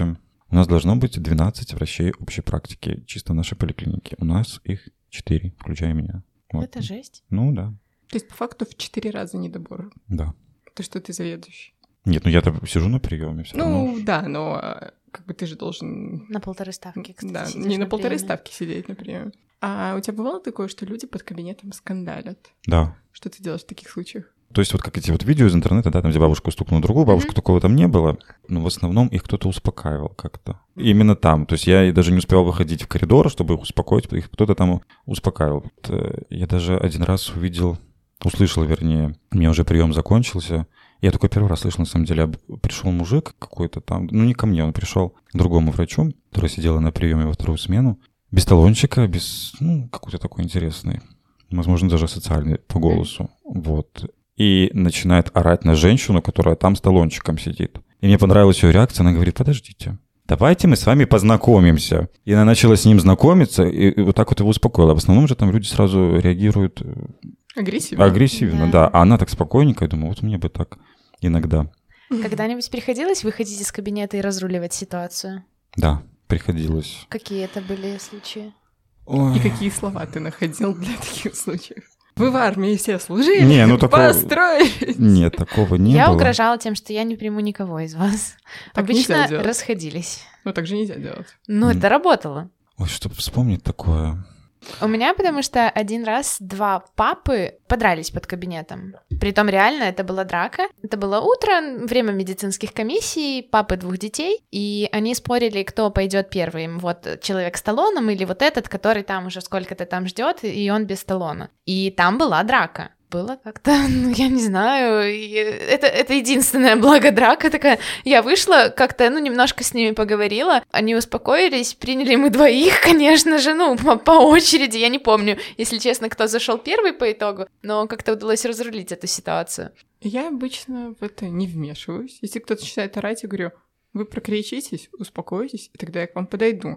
нас должно быть 12 врачей общей практики чисто в нашей поликлинике. У нас их 4, включая меня. Вот. Это жесть. Да. То есть по факту в 4 раза недобор. Да. То, что ты заведующий. Нет, я-то сижу на приеме все равно. Да, но как бы ты же должен... На 1,5 ставки, кстати. Да, не на 1,5 ставки сидеть на приеме. А у тебя бывало такое, что люди под кабинетом скандалят? Да. Что ты делаешь в таких случаях? То есть вот как эти вот видео из интернета, да, там, где бабушка стукнула другую, бабушку такого там не было, но в основном их кто-то успокаивал как-то. Именно там. То есть я даже не успевал выходить в коридор, чтобы их успокоить, их кто-то там успокаивал. Я даже один раз услышал, у меня уже прием закончился. Я только первый раз слышал, на самом деле, пришел мужик какой-то там, не ко мне, он пришел к другому врачу, который сидела на приеме во вторую смену, без талончика, без, какой-то такой интересный, возможно, даже социальный по голосу, вот. И начинает орать на женщину, которая там с талончиком сидит. И мне понравилась ее реакция, она говорит: подождите, давайте мы с вами познакомимся. И она начала с ним знакомиться, и вот так вот его успокоила. В основном же там люди сразу реагируют... Агрессивно, да. А она так спокойненько, я думаю, вот мне бы так иногда. Когда-нибудь приходилось выходить из кабинета и разруливать ситуацию? Да, приходилось. Какие это были случаи? Ой. И какие слова ты находил для таких случаев? Вы в армии все служили, построились. Нет, такого не было. Я угрожала тем, что я не приму никого из вас. Так обычно расходились. Так же нельзя делать. Это работало. Ой, чтобы вспомнить такое... У меня, потому что один раз 2 папы подрались под кабинетом. Притом реально это была драка. Это было утро, время медицинских комиссий, папы 2 детей, и они спорили, кто пойдет первым. Вот человек с талоном или вот этот, который там уже сколько-то там ждет, и он без талона. И там была драка. Было как-то, я не знаю, это единственная благо драка такая. Я вышла, как-то, немножко с ними поговорила, они успокоились, приняли мы 2, конечно же, по очереди, я не помню, если честно, кто зашел первый по итогу, но как-то удалось разрулить эту ситуацию. Я обычно в это не вмешиваюсь. Если кто-то начинает орать, я говорю: вы прокричитесь, успокойтесь, и тогда я к вам подойду.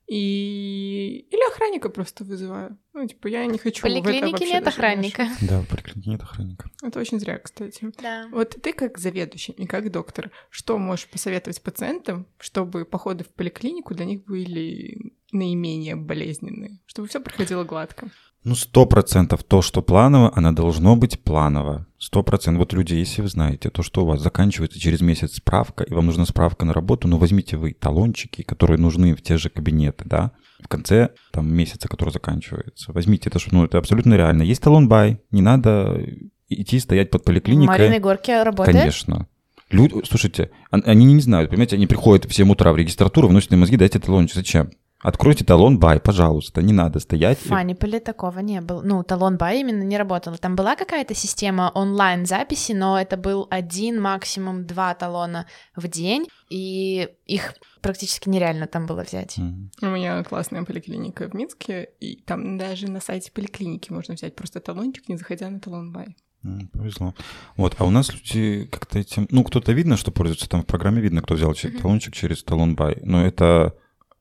Или охранника просто вызываю. Я не хочу в это вообще. В поликлинике нет охранника. Да, в поликлинике нет охранника. Это очень зря, кстати. Да. Вот ты как заведующий и как доктор, что можешь посоветовать пациентам, чтобы походы в поликлинику для них были наименее болезненные, чтобы все проходило гладко? 100% то, что планово, оно должно быть планово. 100%. Вот люди, если вы знаете, то, что у вас заканчивается через месяц справка, и вам нужна справка на работу, возьмите вы талончики, которые нужны в те же кабинеты, да, в конце месяца, который заканчивается. Возьмите это, это абсолютно реально. Есть талон-бай, не надо идти стоять под поликлиникой. В Мариной Горке работает? Конечно. Слушайте, они не знают, понимаете, они приходят в 7 утра в регистратуру, вносят на мозги: дайте талончик. Зачем? Откройте талон-бай, пожалуйста, не надо стоять. В Фаниполе такого не было. Талон-бай именно не работал. Там была какая-то система онлайн-записи, но это был 1, максимум 2 талона в день, и их практически нереально там было взять. У меня классная поликлиника в Минске, и там даже на сайте поликлиники можно взять просто талончик, не заходя на талон-бай. Повезло. Вот, а у нас люди как-то этим... Ну, кто-то видно, что пользуется, там в программе видно, кто взял талончик через Talon.by, но это...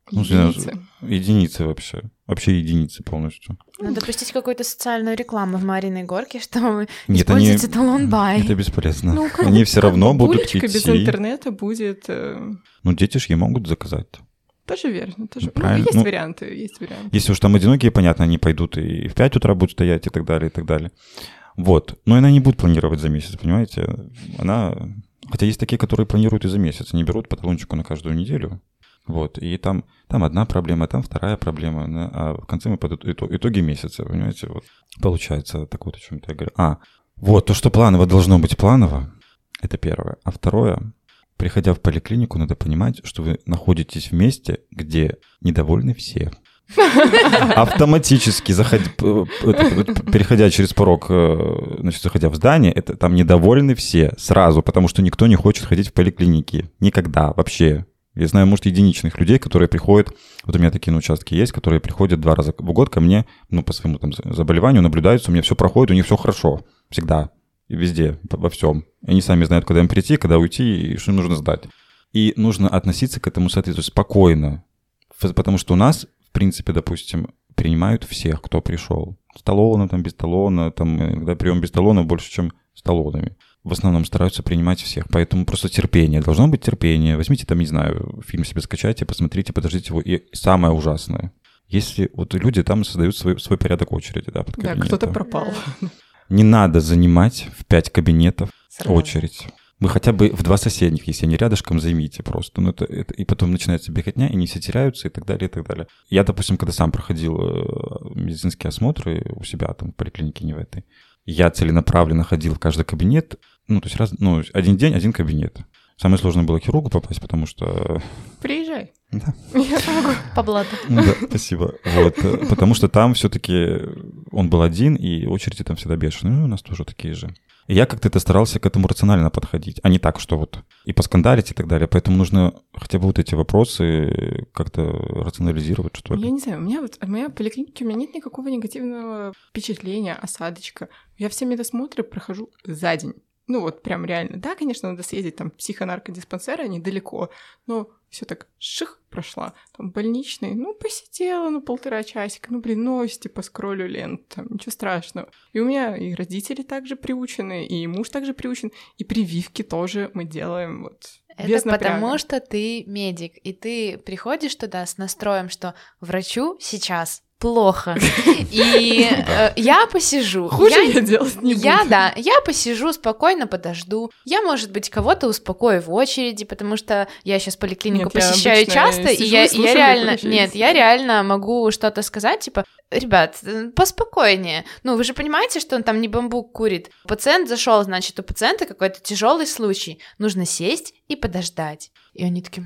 Единицы вообще. Вообще единицы полностью. Надо пустить какую-то социальную рекламу в Мариной Горке, что вы используете Talon.by. Это бесполезно. Ну, они все равно будут идти. Без интернета будет... Ну, дети же ей могут заказать. Тоже верно. Тоже... Ну, есть варианты, есть варианты. Если уж там одинокие, понятно, они пойдут и в 5 утра будут стоять и так далее, и так далее. Вот. Но она не будет планировать за месяц, понимаете? Она... Хотя есть такие, которые планируют и за месяц. Они берут по талончику на каждую неделю. Вот, и там одна проблема, там вторая проблема, а в конце мы подводим итоги месяца, понимаете, вот. Получается, так вот о чем-то я говорю. Вот, то, что планово должно быть планово, это первое. А второе, приходя в поликлинику, надо понимать, что вы находитесь в месте, где недовольны все. Автоматически, переходя через порог, значит, заходя в здание, это там недовольны все сразу, потому что никто не хочет ходить в поликлинике. Никогда, вообще. Я знаю, может, единичных людей, которые приходят, вот у меня такие на участке есть, которые приходят 2 раза в год ко мне, ну, по своему там заболеванию, наблюдаются, у меня все проходит, у них все хорошо, всегда, и везде, во всем. Они сами знают, когда им прийти, когда уйти, и что им нужно сдать. И нужно относиться к этому, соответственно, спокойно, потому что у нас, в принципе, допустим, принимают всех, кто пришел. С талоном, там, без талона, там, иногда прием без талона больше, чем с талонами. В основном стараются принимать всех, поэтому просто терпение. Должно быть терпение. Возьмите там, не знаю, фильм себе скачайте, посмотрите, подождите его. И самое ужасное, если вот люди там создают свой порядок очереди, да, под кабинетом. Да, кто-то пропал. Не надо занимать в 5 кабинетов очередь. Вы хотя бы в 2 соседних, если они рядышком, займите просто. Ну, это, и потом начинается беготня, и они все теряются, и так далее, и так далее. Я, допустим, когда сам проходил медицинские осмотры у себя там в поликлинике, не в этой, я целенаправленно ходил в каждый кабинет, ну, то есть один день, один кабинет. Самое сложное было к хирургу попасть, потому что... Приезжай. Да. Я помогу. По блату. Да, спасибо. Вот, потому что там все-таки он был один, и очереди там всегда бешеные. Ну, у нас тоже такие же. И я как-то старался к этому рационально подходить, а не так, что вот и поскандалить и так далее. Поэтому нужно хотя бы вот эти вопросы как-то рационализировать, что ли. Я не знаю, в моей поликлинике у меня нет никакого негативного впечатления, осадочка. Я все медосмотры прохожу за день. Ну вот прям реально. Да, конечно, надо съездить там в психонаркодиспансер, недалеко, но все так прошла. Там больничный, посидела, 1,5 часика, новости поскроллю ленту, там ничего страшного. И у меня и родители также приучены, и муж также приучен, и прививки тоже мы делаем вот без напряга. Это потому, что ты медик, и ты приходишь туда с настроем, что врачу сейчас плохо. И я посижу. Хуже я делать не буду. Я посижу, спокойно подожду. Я, может быть, кого-то успокою в очереди, потому что я сейчас поликлинику посещаю часто, и я реально могу что-то сказать, типа, ребят, поспокойнее. Вы же понимаете, что он там не бамбук курит. Пациент зашел, значит, у пациента какой-то тяжелый случай. Нужно сесть и подождать. И они такие,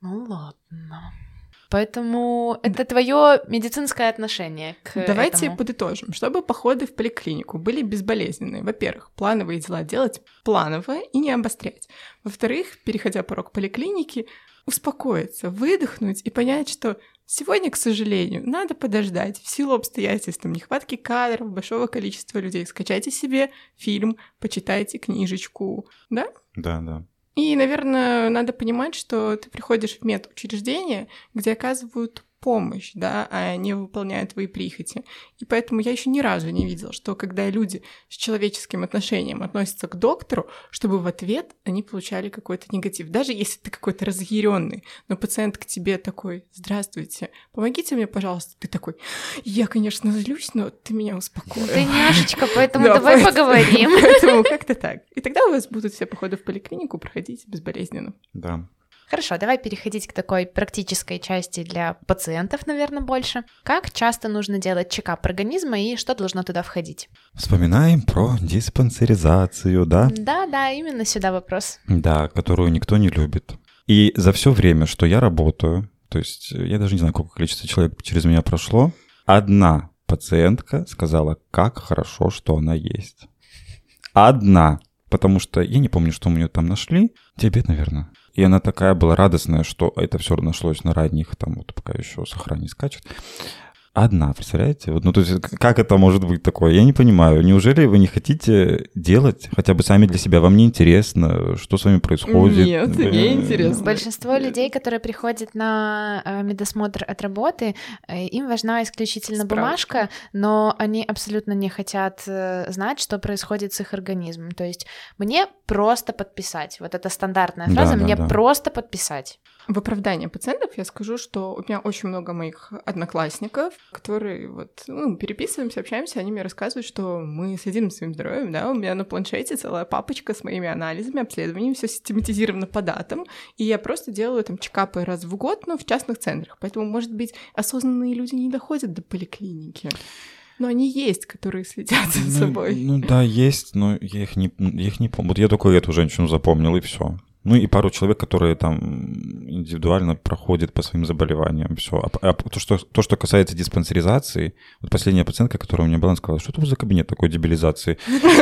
ладно. Поэтому это твое медицинское отношение к Давайте этому. Подытожим. Чтобы походы в поликлинику были безболезненные, во-первых, плановые дела делать планово и не обострять. Во-вторых, переходя порог поликлиники, успокоиться, выдохнуть и понять, что сегодня, к сожалению, надо подождать в силу обстоятельств, нехватки кадров, большого количества людей. Скачайте себе фильм, почитайте книжечку, да? Да. И, наверное, надо понимать, что ты приходишь в медучреждение, где оказывают помощь, да, а не выполняют твои прихоти. И поэтому я еще ни разу не видела, что когда люди с человеческим отношением относятся к доктору, чтобы в ответ они получали какой-то негатив. Даже если ты какой-то разъяренный, но пациент к тебе такой: «Здравствуйте, помогите мне, пожалуйста». Ты такой: «Я, конечно, злюсь, но ты меня успокоил». Ты няшечка, поэтому давай поговорим. Поэтому как-то так. И тогда у вас будут все походы в поликлинику проходить безболезненно. Да. Хорошо, давай переходить к такой практической части для пациентов, наверное, больше. Как часто нужно делать чекап организма и что должно туда входить? Вспоминаем про диспансеризацию, да? Да, именно сюда вопрос. Да, которую никто не любит. И за все время, что я работаю, то есть я даже не знаю, какое количество человек через меня прошло, одна пациентка сказала, как хорошо, что она есть. Одна. Потому что я не помню, что у нее там нашли. Диабет, наверное. И она такая была радостная, что это все нашлось на ранних, там вот пока еще сахара не скачет. одна, представляете? Вот, ну, то есть, как это может быть такое? Я не понимаю. Неужели вы не хотите делать хотя бы сами для себя? Вам не интересно, что с вами происходит? Нет, не интересно. Большинство людей, которые приходят на медосмотр от работы, им важна исключительно бумажка, но они абсолютно не хотят знать, что происходит с их организмом. То есть мне просто подписать. Вот это стандартная фраза, мне просто подписать. В оправдание пациентов я скажу, что у меня очень много моих одноклассников, которые вот, переписываемся, общаемся, они мне рассказывают, что мы следим за своим здоровьем, да, у меня на планшете целая папочка с моими анализами, обследованиями, все систематизировано по датам, и я просто делаю там чекапы раз в год, но в частных центрах, поэтому, может быть, осознанные люди не доходят до поликлиники. Но они есть, которые следят за собой. Ну да, есть, но я их не помню. Вот я только эту женщину запомнил, и все. Ну и пару человек, которые там индивидуально проходят по своим заболеваниям. Все. А то, что касается диспансеризации, вот последняя пациентка, которая у меня была, она сказала, что это за кабинет такой дебилизации?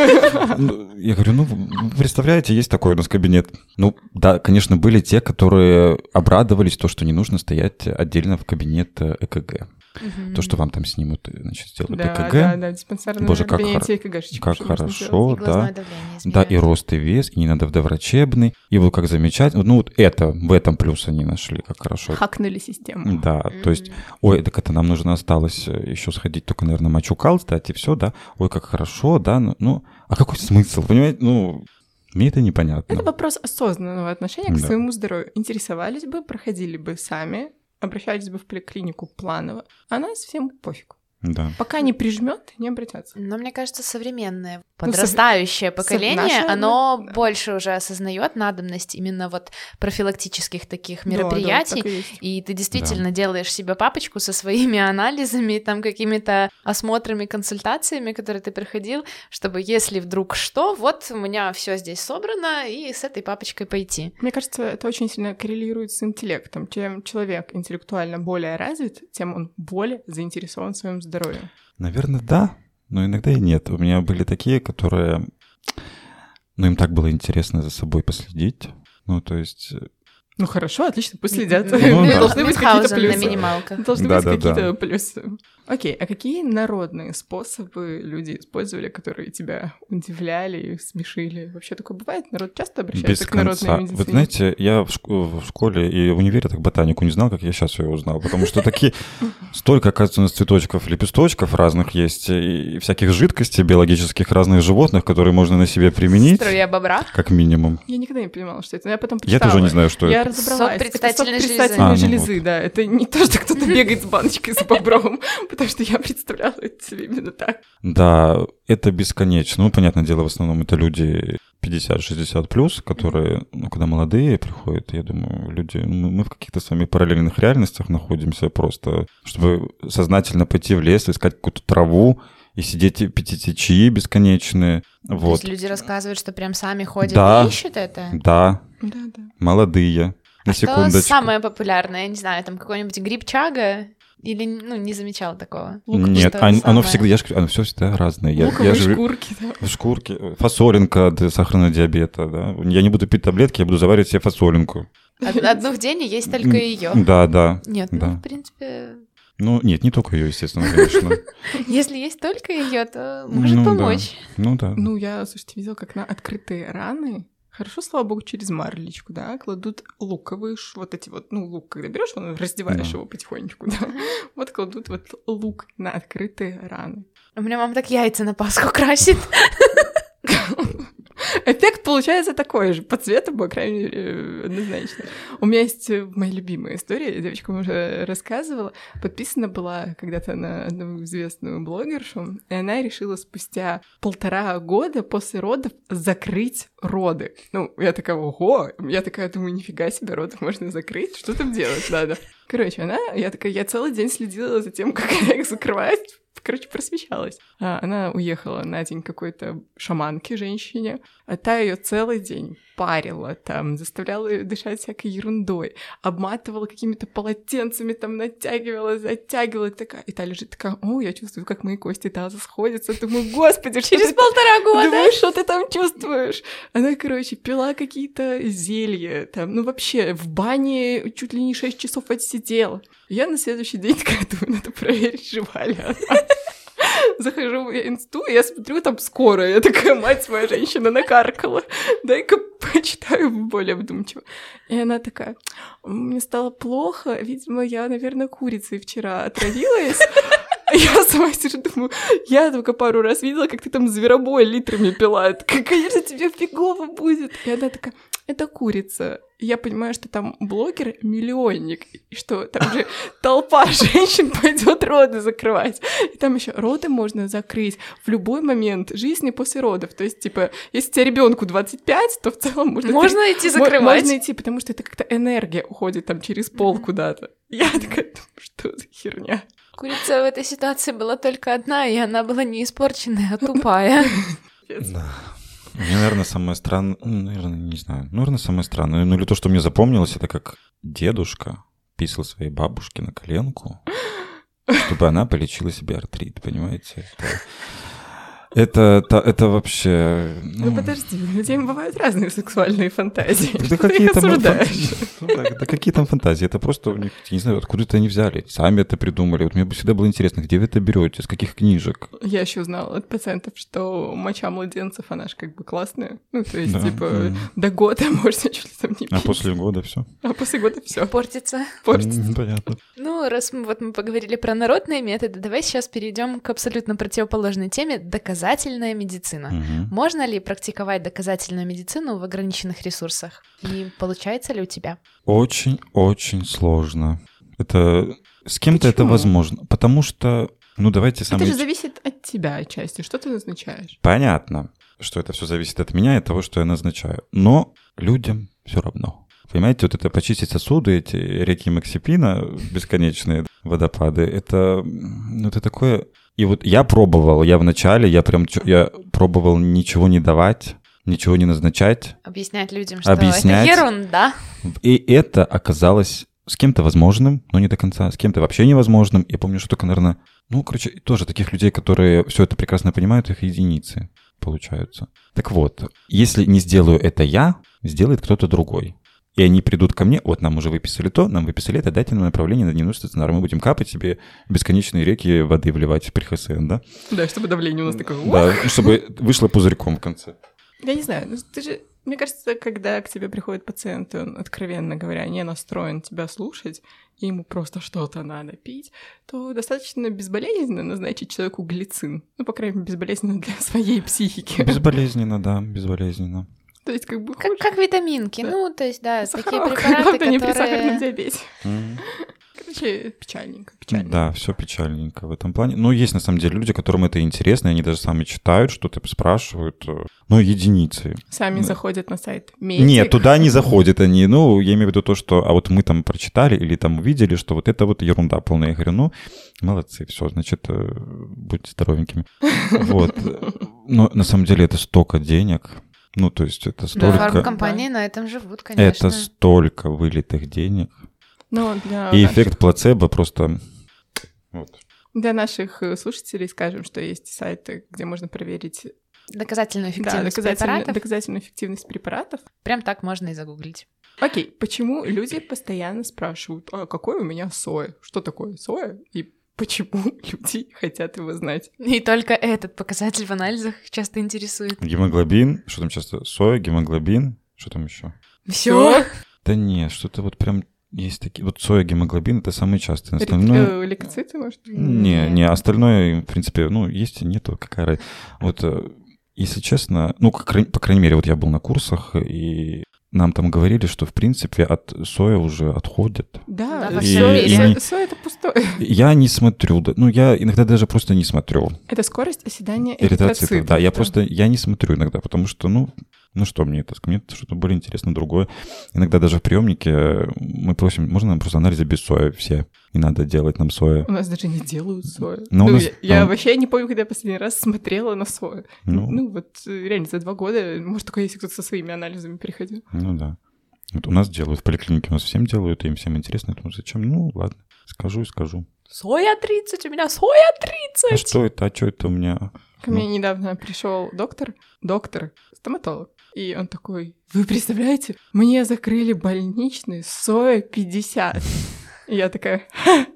Я говорю, вы представляете, есть такой у нас кабинет. Ну да, конечно, были те, которые обрадовались, то, что не нужно стоять отдельно в кабинет ЭКГ. То, что вам там снимут, значит, сделают ЭКГ. Да, диспансерное кабинете ЭКГшечку. Как хорошо, да. Да, и рост, и вес, и не надо в доврачебный. И вот как замечательно. Ну вот в этом плюс они нашли, как хорошо. Хакнули систему. Да, то есть, так это нам нужно осталось еще сходить, только, наверное, мочукал сдать, и все, да. Ой, как хорошо, да, а какой смысл, понимаете, мне это непонятно. Это вопрос осознанного отношения к своему здоровью. Интересовались бы, проходили бы сами, обращались бы в поликлинику планово, а нас всем пофиг. Да. Пока не прижмет, не обратятся. Но мне кажется, современное подрастающее поколение, оно больше уже осознает надобность именно вот профилактических таких мероприятий, и, и ты действительно делаешь себе папочку со своими анализами, там какими-то осмотрами, консультациями, которые ты проходил, чтобы если вдруг что, вот у меня все здесь собрано, и с этой папочкой пойти. Мне кажется, это очень сильно коррелирует с интеллектом. Чем человек интеллектуально более развит, тем он более заинтересован в своем здоровье. Наверное, да, но иногда и нет. У меня были такие, которые... им так было интересно за собой последить. То есть... Хорошо, отлично, пусть следят. Должны быть какие-то плюсы. Должны быть какие-то плюсы. Окей, а какие народные способы люди использовали, которые тебя удивляли и смешили? Вообще такое бывает? Народ часто обращается к народной медицине? Вы знаете, я в школе и в универе так ботанику не знал, как я сейчас ее узнал, потому что столько, оказывается, у нас цветочков, лепесточков разных есть, и всяких жидкостей биологических разных животных, которые можно на себе применить. Струя бобра? Как минимум. Я никогда не понимала, что это. Я потом почитала. Я тоже не знаю, что это. Я разобралась. Сок предстательной железы, да. Это не то, что кто-то бегает с баночкой с бобром, потому что я представляла это себе именно так. Да, это бесконечно. Понятное дело, в основном это люди 50-60+, которые, когда молодые приходят, я думаю, люди, мы в каких-то с вами параллельных реальностях находимся просто, чтобы сознательно пойти в лес, искать какую-то траву и сидеть и пить эти чаи бесконечные. То есть люди рассказывают, что прям сами ходят и ищут это? Да. Молодые. На секундочку. Что самое популярное? Я не знаю, там какой-нибудь гриб чага? Или, не замечала такого? Нет, оно всегда, я же говорю, оно все всегда разное. Луковые шкурки, да. Шкурки, фасолинка от сахарного диабета, да. Я не буду пить таблетки, я буду заваривать себе фасолинку. Одну в день и есть только ее. Да. Нет, в принципе... нет, не только ее, естественно, конечно. Если есть только ее, то может помочь. Да. Я, слушайте, видела, как на открытые раны, хорошо, слава богу, через марлечку, да, кладут луковые, лук, когда берешь, раздеваешь его потихонечку, да, вот кладут лук на открытые раны. У меня мама так яйца на Пасху красит. Эффект получается такой же, по цвету, по крайней мере, однозначно. У меня есть моя любимая история, я девочкам уже рассказывала. Подписана была когда-то на одну известную блогершу, и она решила спустя 1,5 года после родов закрыть роды. Я такая, ого! Я такая думаю, нифига себе, родов можно закрыть, что там делать надо? Короче, я целый день следила за тем, как она их закрывает, короче, просвещалась. Она уехала на день какой-то шаманки, женщине, а та ее целый день парила там, заставляла ее дышать всякой ерундой, обматывала какими-то полотенцами, там натягивала, затягивала, такая. И та лежит такая: о, я чувствую, как мои кости таза сходятся. Думаю, господи, через 1,5 года. Думаю, что ты там чувствуешь? Она, короче, пила какие-то зелья, там, ну вообще, в бане чуть ли не 6 часов отсидела. Я на следующий день такая думаю, надо проверить, жива ли она. Захожу в инсту, и я смотрю, там скорая. Я такая: мать моя, женщина накаркала. Дай-ка почитаю более вдумчиво. И она такая: мне стало плохо, видимо, я, наверное, курицей вчера отравилась. Я сама сижу, думаю, я только пару раз видела, как ты там зверобой литрами пила. Конечно, тебе фигово будет. И она такая: это курица. И я понимаю, что там блогер-миллионник, и что там же толпа женщин пойдет роды закрывать. И там еще роды можно закрыть в любой момент жизни после родов. То есть, типа, если тебе ребенку 25, то в целом можно идти закрывать. Можно идти, потому что это как-то энергия уходит там через пол куда-то. Я такая думаю, что за херня? Курица в этой ситуации была только одна, и она была не испорченная, а тупая. Да. Мне, наверное, самое странное, не знаю, самое странное, или то, что мне запомнилось, это как дедушка писал своей бабушке на коленку, чтобы она полечила себе артрит, понимаете? Это вообще... Ну подожди, у людей бывают разные сексуальные фантазии. Да какие там фантазии? Это просто у них, не знаю, откуда это они взяли. Сами это придумали. Вот мне бы всегда было интересно, где вы это берете, с каких книжек? Я еще узнала от пациентов, что моча младенцев, она же как бы классная. Ну, то есть, типа, до года можно чуть ли там не пить. А после года все. Портится. Понятно. Ну, раз мы поговорили про народные методы, давай сейчас перейдем к абсолютно противоположной теме — доказательная медицина. Угу. Можно ли практиковать доказательную медицину в ограниченных ресурсах? И получается ли у тебя? Очень сложно. Это с кем-то это возможно, потому что, давайте это же зависит от тебя отчасти. Что ты назначаешь? Понятно, что это все зависит от меня и от того, что я назначаю. Но людям все равно. Понимаете, вот это почистить сосуды, эти реки Максипина, бесконечные водопады, это такое... И вот я пробовал, я пробовал ничего не давать, ничего не назначать. Объяснять людям, что это ерунда. И это оказалось с кем-то возможным, но не до конца, с кем-то вообще невозможным. Я помню, что только, наверное, тоже таких людей, которые все это прекрасно понимают, их единицы получаются. Так вот, если не сделаю это я, сделает кто-то другой. И они придут ко мне: вот нам уже выписали то, нам выписали это, дайте нам направление на дневной стационар. Мы будем капать себе бесконечные реки воды вливать при ХСН, да? Да, чтобы давление у нас такое... Да, чтобы вышло пузырьком в конце. Я не знаю, ты же... Мне кажется, когда к тебе приходит пациент, и он, откровенно говоря, не настроен тебя слушать, и ему просто что-то надо пить, то достаточно безболезненно назначить человеку глицин. Ну, по крайней мере, безболезненно для своей психики. Безболезненно, да, безболезненно. То есть как бы... Как витаминки, да. То есть, да, такие препараты, которые... не при сахарном диабете. Короче, печальненько. Да, все печальненько в этом плане. Но есть, на самом деле, люди, которым это интересно, и они даже сами читают, что-то спрашивают. Но единицы. Сами заходят на сайт Медик. Нет, туда не заходят они. Я имею в виду то, что... А вот мы там прочитали или там увидели, что вот это вот ерунда полная. Я говорю, молодцы, все, значит, будьте здоровенькими. Вот. Но на самом деле это столько денег... то есть это столько... Да, фармкомпании на этом живут, конечно. Это столько вылитых денег. И эффект плацебо просто... Для наших слушателей скажем, что есть сайты, где можно проверить... Доказательную эффективность препаратов. Доказательную эффективность препаратов. Прям так можно и загуглить. Окей, почему люди постоянно спрашивают: а какой у меня соя? Что такое соя? И почему люди хотят его знать? И только этот показатель в анализах часто интересует. Гемоглобин, что там часто? Соя, гемоглобин, что там еще? Все? Да нет, что-то вот прям есть такие... Вот соя, гемоглобин — это самые частые. Остальное... Лейкоциты, может? Не, остальное, в принципе, есть и нету. Какая... Вот, если честно, по крайней мере, вот я был на курсах, и нам там говорили, что, в принципе, от соя уже отходят. Да, во всем мире. Соя — это пустое. Я не смотрю, я иногда даже просто не смотрю. Это скорость оседания эритроцитов. Да, я не смотрю иногда, потому что, Ну что мне что-то более интересно другое. Иногда даже в приемнике мы просим, можно нам просто анализы без соя все? Не надо делать нам соя. У нас даже не делают сою. Я вообще не помню, когда я последний раз смотрела на сою. Ну вот реально за 2 года, может, только если кто-то со своими анализами приходил. Ну да. Вот у нас делают, в поликлинике у нас всем делают, им всем интересно. Я думаю, зачем? Ну ладно, скажу. Соя 30, у меня соя 30! А что это? А что это у меня? Ко мне недавно пришел доктор, стоматолог. И он такой: вы представляете, мне закрыли больничный соя 50. И я такая: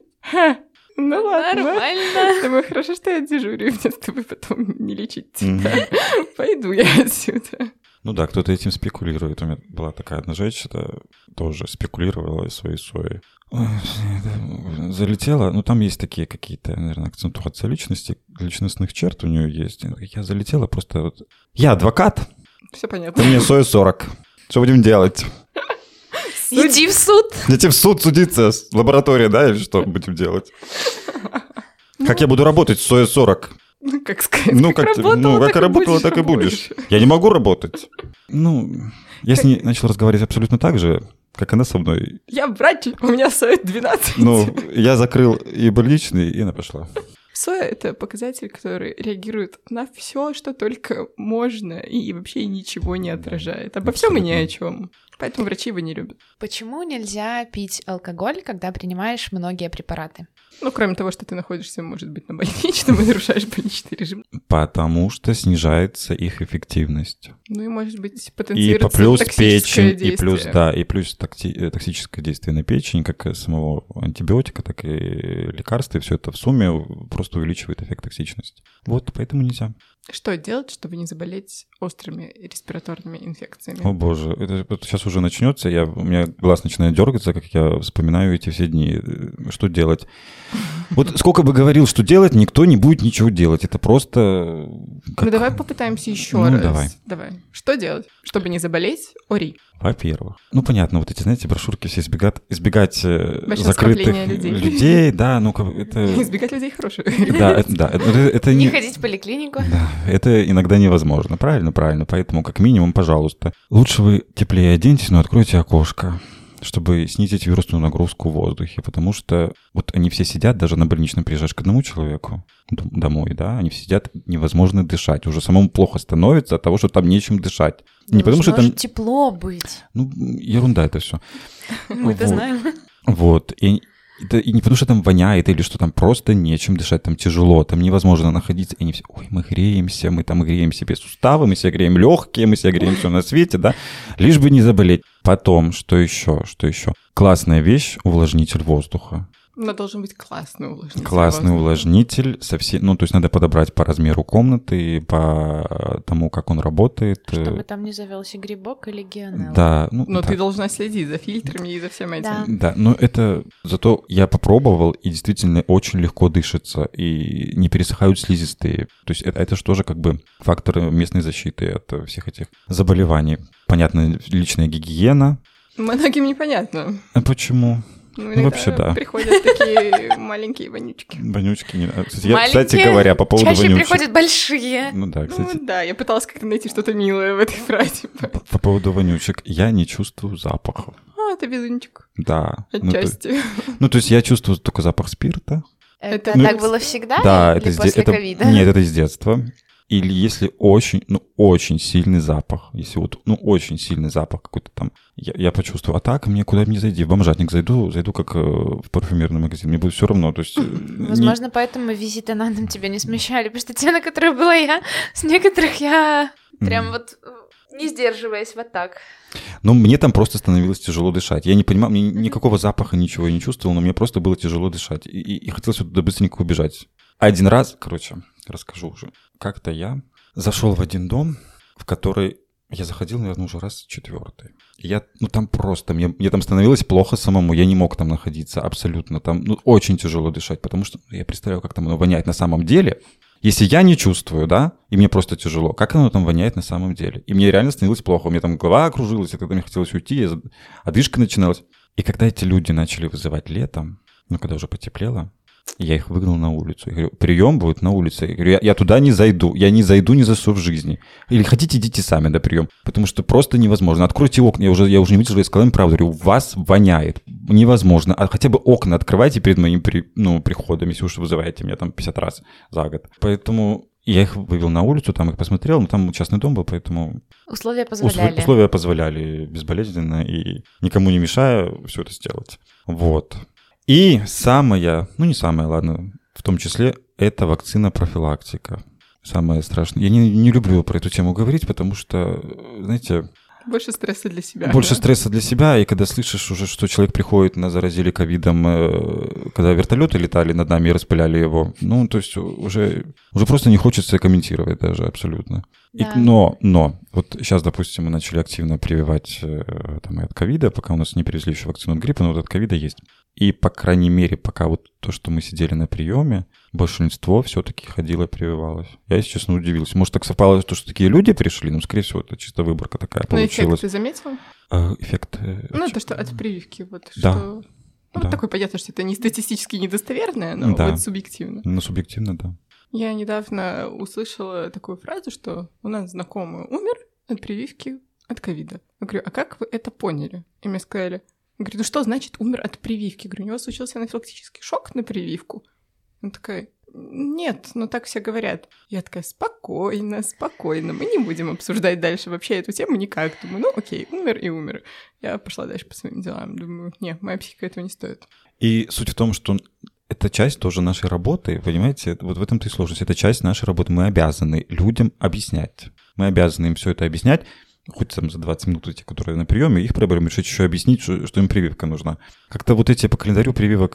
ну ладно. Нормально. Думаю, хорошо, что я дежурю, мне с тобой потом не лечить тебя. Пойду я отсюда. Ну да, кто-то этим спекулирует. У меня была такая одна женщина, тоже спекулировала своей соей. Залетела, ну там есть такие какие-то, наверное, акцентуации личностных черт у нее есть. Я залетела просто вот... Я адвокат. Все понятно. Ты мне соя 40. Что будем делать? Иди в суд. Идти в суд судиться. Лаборатория, да, или что будем делать? Как я буду работать с соя 40? Ну, как сказать, как работала, так и будешь. Я не могу работать. Ну, я с ней начал разговаривать абсолютно так же, как она со мной. Я врач, у меня соя 12. Ну, я закрыл и больничный, и она пошла. Соя — это показатель, который реагирует на все, что только можно, и вообще ничего не отражает. Обо всем и ни о чем. Поэтому врачи его не любят. Почему нельзя пить алкоголь, когда принимаешь многие препараты? Ну, кроме того, что ты находишься, может быть, на больничном и нарушаешь больничный режим. Потому что снижается их эффективность. Ну и, может быть, потенцируется и плюс токсическое печень, действие. и плюс токсическое действие на печень, как самого антибиотика, так и лекарства, и все это в сумме просто увеличивает эффект токсичности. Вот, поэтому нельзя. Что делать, чтобы не заболеть острыми респираторными инфекциями? О боже, это сейчас уже начнется. У меня глаз начинает дергаться, как я вспоминаю эти все дни. Что делать? Вот сколько бы говорил, что делать, никто не будет ничего делать. Это просто... Ну давай попытаемся еще раз. Давай. Что делать, чтобы не заболеть ОРИ? Во-первых. Ну, понятно, вот эти, знаете, брошюрки все избегать закрытых людей. Да, ну, это... Избегать людей хороших. Да, это не ходить в поликлинику. Да, это иногда невозможно. Правильно. Поэтому, как минимум, пожалуйста, лучше вы теплее оденьтесь, но откройте окошко, чтобы снизить вирусную нагрузку в воздухе, потому что вот они все сидят, даже на больничном приезжаешь к одному человеку домой, да, они все сидят, невозможно дышать, уже самому плохо становится от того, что там нечем дышать. Да, не потому что там тепло быть. Ну, ерунда это все. Мы это знаем. Вот, и не потому что там воняет или что там просто нечем дышать, там тяжело, там невозможно находиться. И они все: ой, мы там греем себе суставы, мы себе греем легкие, мы себе греем все на свете, да, лишь бы не заболеть. Потом, что еще? Классная вещь — увлажнитель воздуха. Но должен быть классный увлажнитель. Классный увлажнитель ну, то есть надо подобрать по размеру комнаты, по тому, как он работает. Чтобы там не завелся грибок или геонелла. Да. Но ты должна следить за фильтрами и за всем этим. Да, но это... Зато я попробовал, и действительно очень легко дышится, и не пересыхают слизистые. То есть это же тоже как бы фактор местной защиты от всех этих заболеваний. Понятно, личная гигиена. Многим непонятно. А почему? Ну, вообще, да. Приходят такие маленькие вонючки. Вонючки. Кстати говоря, по поводу вонючек. Чаще приходят большие. Ну да, кстати. Ну да, я пыталась как-то найти что-то милое в этой фразе. По поводу вонючек. Я не чувствую запаха. Это везунчик. Да. Отчасти. Ну, то есть я чувствую только запах спирта. Это так было всегда? Да, или после ковида? Нет, это с детства. Или если очень сильный запах, если вот, очень сильный запах какой-то там, я почувствую, а так мне куда бы не зайди, в бомжатник зайду как в парфюмерный магазин, мне будет все равно, то есть... Возможно, поэтому визиты на дом тебя не смущали, потому что те, на которых была я, с некоторых я прям вот не сдерживаясь вот так. Ну, мне там просто становилось тяжело дышать. Я не понимал, мне никакого запаха, ничего я не чувствовал, но мне просто было тяжело дышать. И хотелось туда быстренько убежать. Один раз, расскажу уже. Как-то я зашел в один дом, в который я заходил, наверное, уже раз 4-й. Там просто, мне там становилось плохо самому, я не мог там находиться абсолютно. Там очень тяжело дышать, потому что я представляю, как там оно воняет на самом деле. Если я не чувствую, да, и мне просто тяжело, как оно там воняет на самом деле? И мне реально становилось плохо, у меня там голова окружилась, и когда мне хотелось уйти, одышка начиналась. И когда эти люди начали вызывать летом, когда уже потеплело, Я их выгнал на улицу. Я говорю, прием будет на улице. Я говорю, я туда не зайду. Я не зайду ни за что в жизни. Или хотите, идите сами на прием. Потому что просто невозможно. Откройте окна. Я уже не видел, что я сказал им правду. Говорю, у вас воняет. Невозможно. А хотя бы окна открывайте перед моим приходом, если уж вызываете меня там 50 раз за год. Поэтому я их вывел на улицу, там их посмотрел. Но там частный дом был, поэтому... Условия позволяли. Условия позволяли безболезненно и никому не мешая все это сделать. Вот. И самое, не самое, ладно, в том числе, это вакцина-профилактика. Самое страшное. Я не люблю про эту тему говорить, потому что, знаете... Больше стресса для себя. Больше стресса для себя, и когда слышишь уже, что человек приходит, нас заразили ковидом, когда вертолеты летали над нами и распыляли его, то есть уже просто не хочется комментировать даже абсолютно. Да. Но вот сейчас, допустим, мы начали активно прививать от ковида, пока у нас не привезли еще вакцину от гриппа, но вот от ковида есть. И, по крайней мере, пока вот то, что мы сидели на приеме, большинство все-таки ходило и прививалось. Я, если честно, удивился. Может, так совпало, что такие люди пришли, скорее всего, это чисто выборка такая получилась. Эффект ты заметил? Эффект... это что от прививки, вот да. Что... Да. Такое понятно, что это не статистически недостоверное, но вот субъективно. Субъективно, да. Я недавно услышала такую фразу, что у нас знакомый умер от прививки от ковида. Я говорю, а как вы это поняли? И мне сказали... Я говорю, что значит умер от прививки? Я говорю, у него случился анафилактический шок на прививку. Он такая, нет, так все говорят. Я такая, спокойно, мы не будем обсуждать дальше вообще эту тему никак. Думаю, окей, умер и умер. Я пошла дальше по своим делам. Думаю, нет, моя психика этого не стоит. И суть в том, что это часть тоже нашей работы, понимаете? Вот в этом-то и сложность. Это часть нашей работы. Мы обязаны людям объяснять. Мы обязаны им все это объяснять. Хоть там за 20 минут эти, которые на приеме, их проблемы решить, еще объяснить, что им прививка нужна. Как-то вот эти по календарю прививок,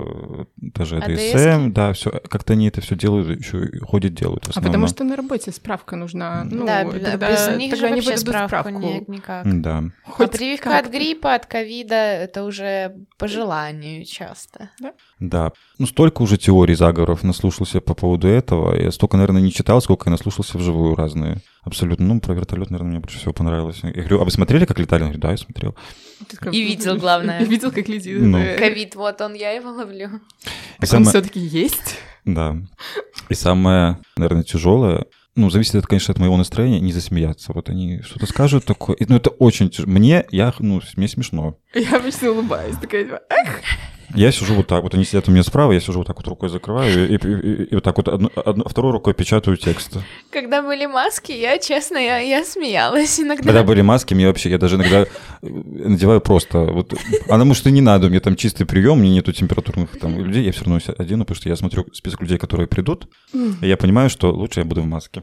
даже АДСМ, да, все, как-то они это все делают, еще ходят, делают. А потому что на работе справка нужна. Без них же вообще справку никак. Да. А прививка от гриппа, от ковида, это уже по желанию часто. Да. Столько уже теорий, заговоров наслушался по поводу этого. Я столько, наверное, не читал, сколько я наслушался вживую разные. Абсолютно. Про вертолет, наверное, мне больше всего понравилось. Я говорю, а вы смотрели, как летали? Он говорит, да, я смотрел. И видел, главное. И видел, как летит. Ковид, вот он, я его ловлю. Он все-таки есть? Да. И самое, наверное, тяжелое, зависит, конечно, от моего настроения, не засмеяться. Вот они что-то скажут такое. Это очень тяжело. Мне смешно. Я обычно улыбаюсь, такая, эх. Я сижу вот так, вот они сидят у меня справа, я сижу вот так вот рукой закрываю и вот так вот второй рукой печатаю текст. Когда были маски, я смеялась иногда. Когда были маски, я даже иногда надеваю просто, вот, потому что не надо, у меня там чистый прием, мне нету температурных там людей, я все равно одену, потому что я смотрю список людей, которые придут, и я понимаю, что лучше я буду в маске.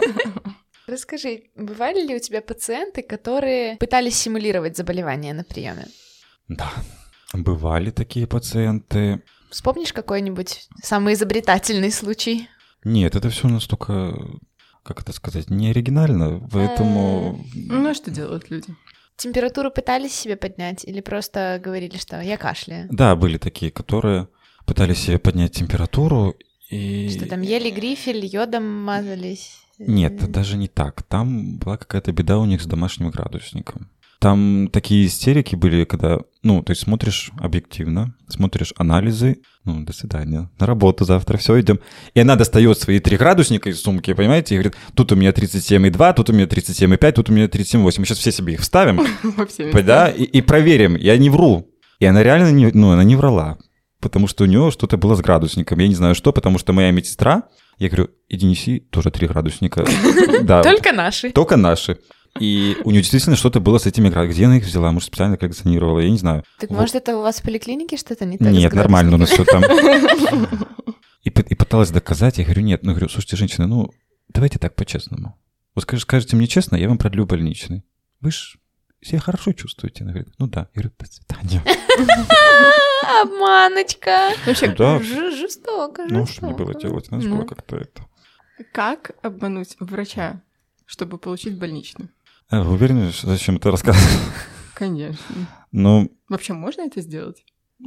Расскажи, бывали ли у тебя пациенты, которые пытались симулировать заболевание на приеме? Да. Бывали такие пациенты. Вспомнишь какой-нибудь самый изобретательный случай? Нет, это все настолько, как это сказать, не оригинально, поэтому... А что делают люди? Температуру пытались себе поднять или просто говорили, что я кашляю? Да, были такие, которые пытались себе поднять температуру и... Что там, ели грифель, йодом мазались? Нет, даже не так. Там была какая-то беда у них с домашним градусником. Там такие истерики были, когда, то есть смотришь объективно, смотришь анализы, до свидания, на работу завтра, все, идем. И она достает свои 3 градусника из сумки, понимаете, и говорит, тут у меня 37,2, тут у меня 37,5, тут у меня 37,8. Мы сейчас все себе их вставим, да, и проверим. Я не вру. И она реально она не врала, потому что у нее что-то было с градусником. Я не знаю что, потому что моя медсестра, я говорю, иди неси тоже 3 градусника. Только наши. Только наши. И у нее действительно что-то было с этими градусниками. Где она их взяла? Может, специально коллекционировала? Я не знаю. Так может, это у вас в поликлинике что-то не так? Нет, нормально у нас все там. И пыталась доказать. Я говорю, нет. Говорю, слушайте, женщина, давайте так по-честному. Вот скажите мне честно, я вам продлю больничный. Вы ж себя хорошо чувствуете? Она говорит, да. Я говорю, до свидания. Обманочка. Вообще, жестоко. Что мне было делать? Надо было как-то это... Как обмануть врача, чтобы получить больничный? Вы уверены, зачем это рассказывать? Конечно. Вообще можно это сделать?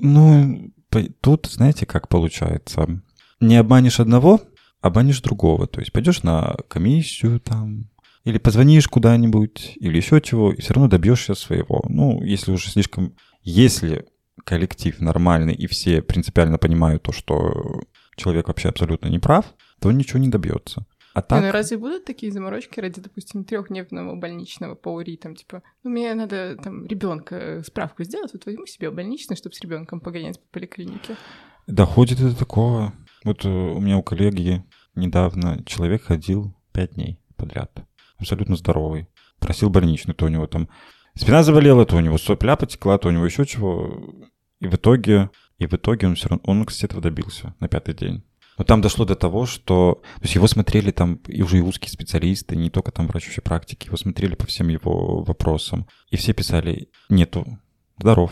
Тут, знаете, как получается. Не обманешь одного, обманешь другого. То есть пойдешь на комиссию там, или позвонишь куда-нибудь, или еще чего, и все равно добьешься своего. Если уже слишком... Если коллектив нормальный, и все принципиально понимают то, что человек вообще абсолютно не прав, то он ничего не добьется. А так... Ну разве будут такие заморочки ради, допустим, 3-дневного больничного по УРИ, там, типа, мне надо там ребенка справку сделать, вот возьму себе больничный, чтобы с ребенком погонять по поликлинике. Доходит до такого. Вот у меня у коллеги недавно человек ходил 5 дней подряд, абсолютно здоровый, просил больничный, то у него там спина заболела, то у него сопля потекла, то у него еще чего, и в итоге он все равно, он, кстати, этого добился на 5-й день. Но там дошло до того, что... То есть его смотрели там и уже и узкие специалисты, не только там врач общей практики, его смотрели по всем его вопросам. И все писали, нету, здоров.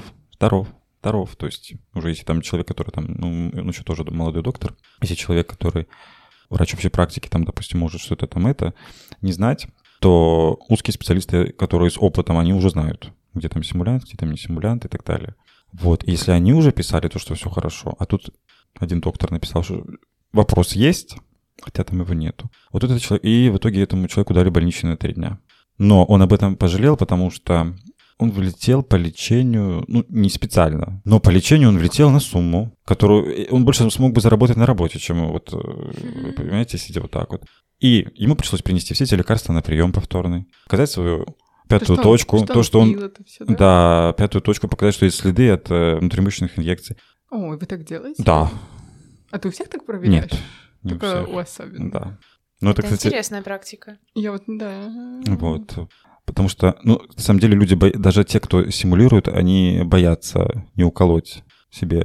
То есть уже если там человек, который там, ну еще тоже молодой доктор, если человек, который врач общей практики, там, допустим, может что-то там не знать, то узкие специалисты, которые с опытом, они уже знают, где там симулянт, где там не симулянт и так далее. Вот, и если они уже писали то, что все хорошо, а тут один доктор написал, что вопрос есть, хотя там его нету. Вот этот человек, и в итоге этому человеку дали больничный на 3 дня. Но он об этом пожалел, потому что он влетел по лечению, ну, не специально, но по лечению он влетел на сумму, которую он больше смог бы заработать на работе, чем вот, вы понимаете, сидя вот так вот. И ему пришлось принести все эти лекарства на прием повторный, показать свою пятую точку, то, что он... Да, 5-ю точку, показать, что есть следы от внутримышечных инъекций. Ой, вы так делаете? Да. А ты у всех так проверяешь? Нет, не только у всех. У особенно. Да. Но это, кстати, интересная практика. Я вот, да. Вот. Потому что, ну, на самом деле люди, даже те, кто симулирует, они боятся не уколоть себя,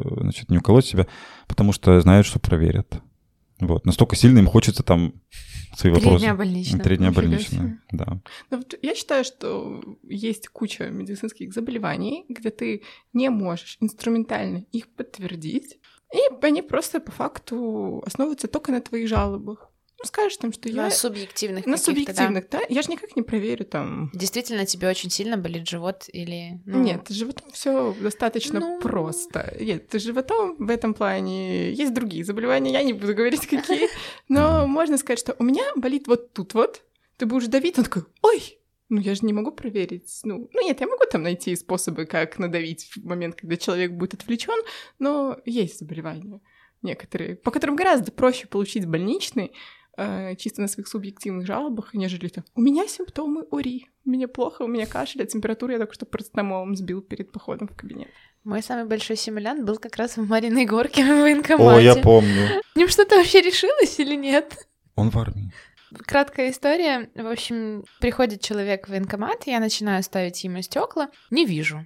потому что знают, что проверят. Вот. Настолько сильно им хочется там свои вопросы. 3 дня больничного. Да. Но вот я считаю, что есть куча медицинских заболеваний, где ты не можешь инструментально их подтвердить, и они просто по факту основываются только на твоих жалобах. Ну, скажешь там, что я... На субъективных На субъективных, да. Я же никак не проверю там... Действительно, тебе очень сильно болит живот или... Нет, с животом все достаточно просто. Нет, с животом в этом плане есть другие заболевания, я не буду говорить, какие, но можно сказать, что у меня болит вот тут вот, ты будешь давить, он такой, ой, ну я же не могу проверить. Ну нет, я могу там найти способы, как надавить в момент, когда человек будет отвлечен, но есть заболевания некоторые, по которым гораздо проще получить больничный, чисто на своих субъективных жалобах, нежели там «У меня симптомы ОРИ, мне плохо, у меня кашель, а температуру я только что парацетамолом сбил перед походом в кабинет». Мой самый большой симулянт был как раз в Мариной Горке в военкомате. О, я помню. С ним что-то вообще решилось или нет? Он в армии. Краткая история. В общем, приходит человек в военкомат, я начинаю ставить ему стекла, не вижу.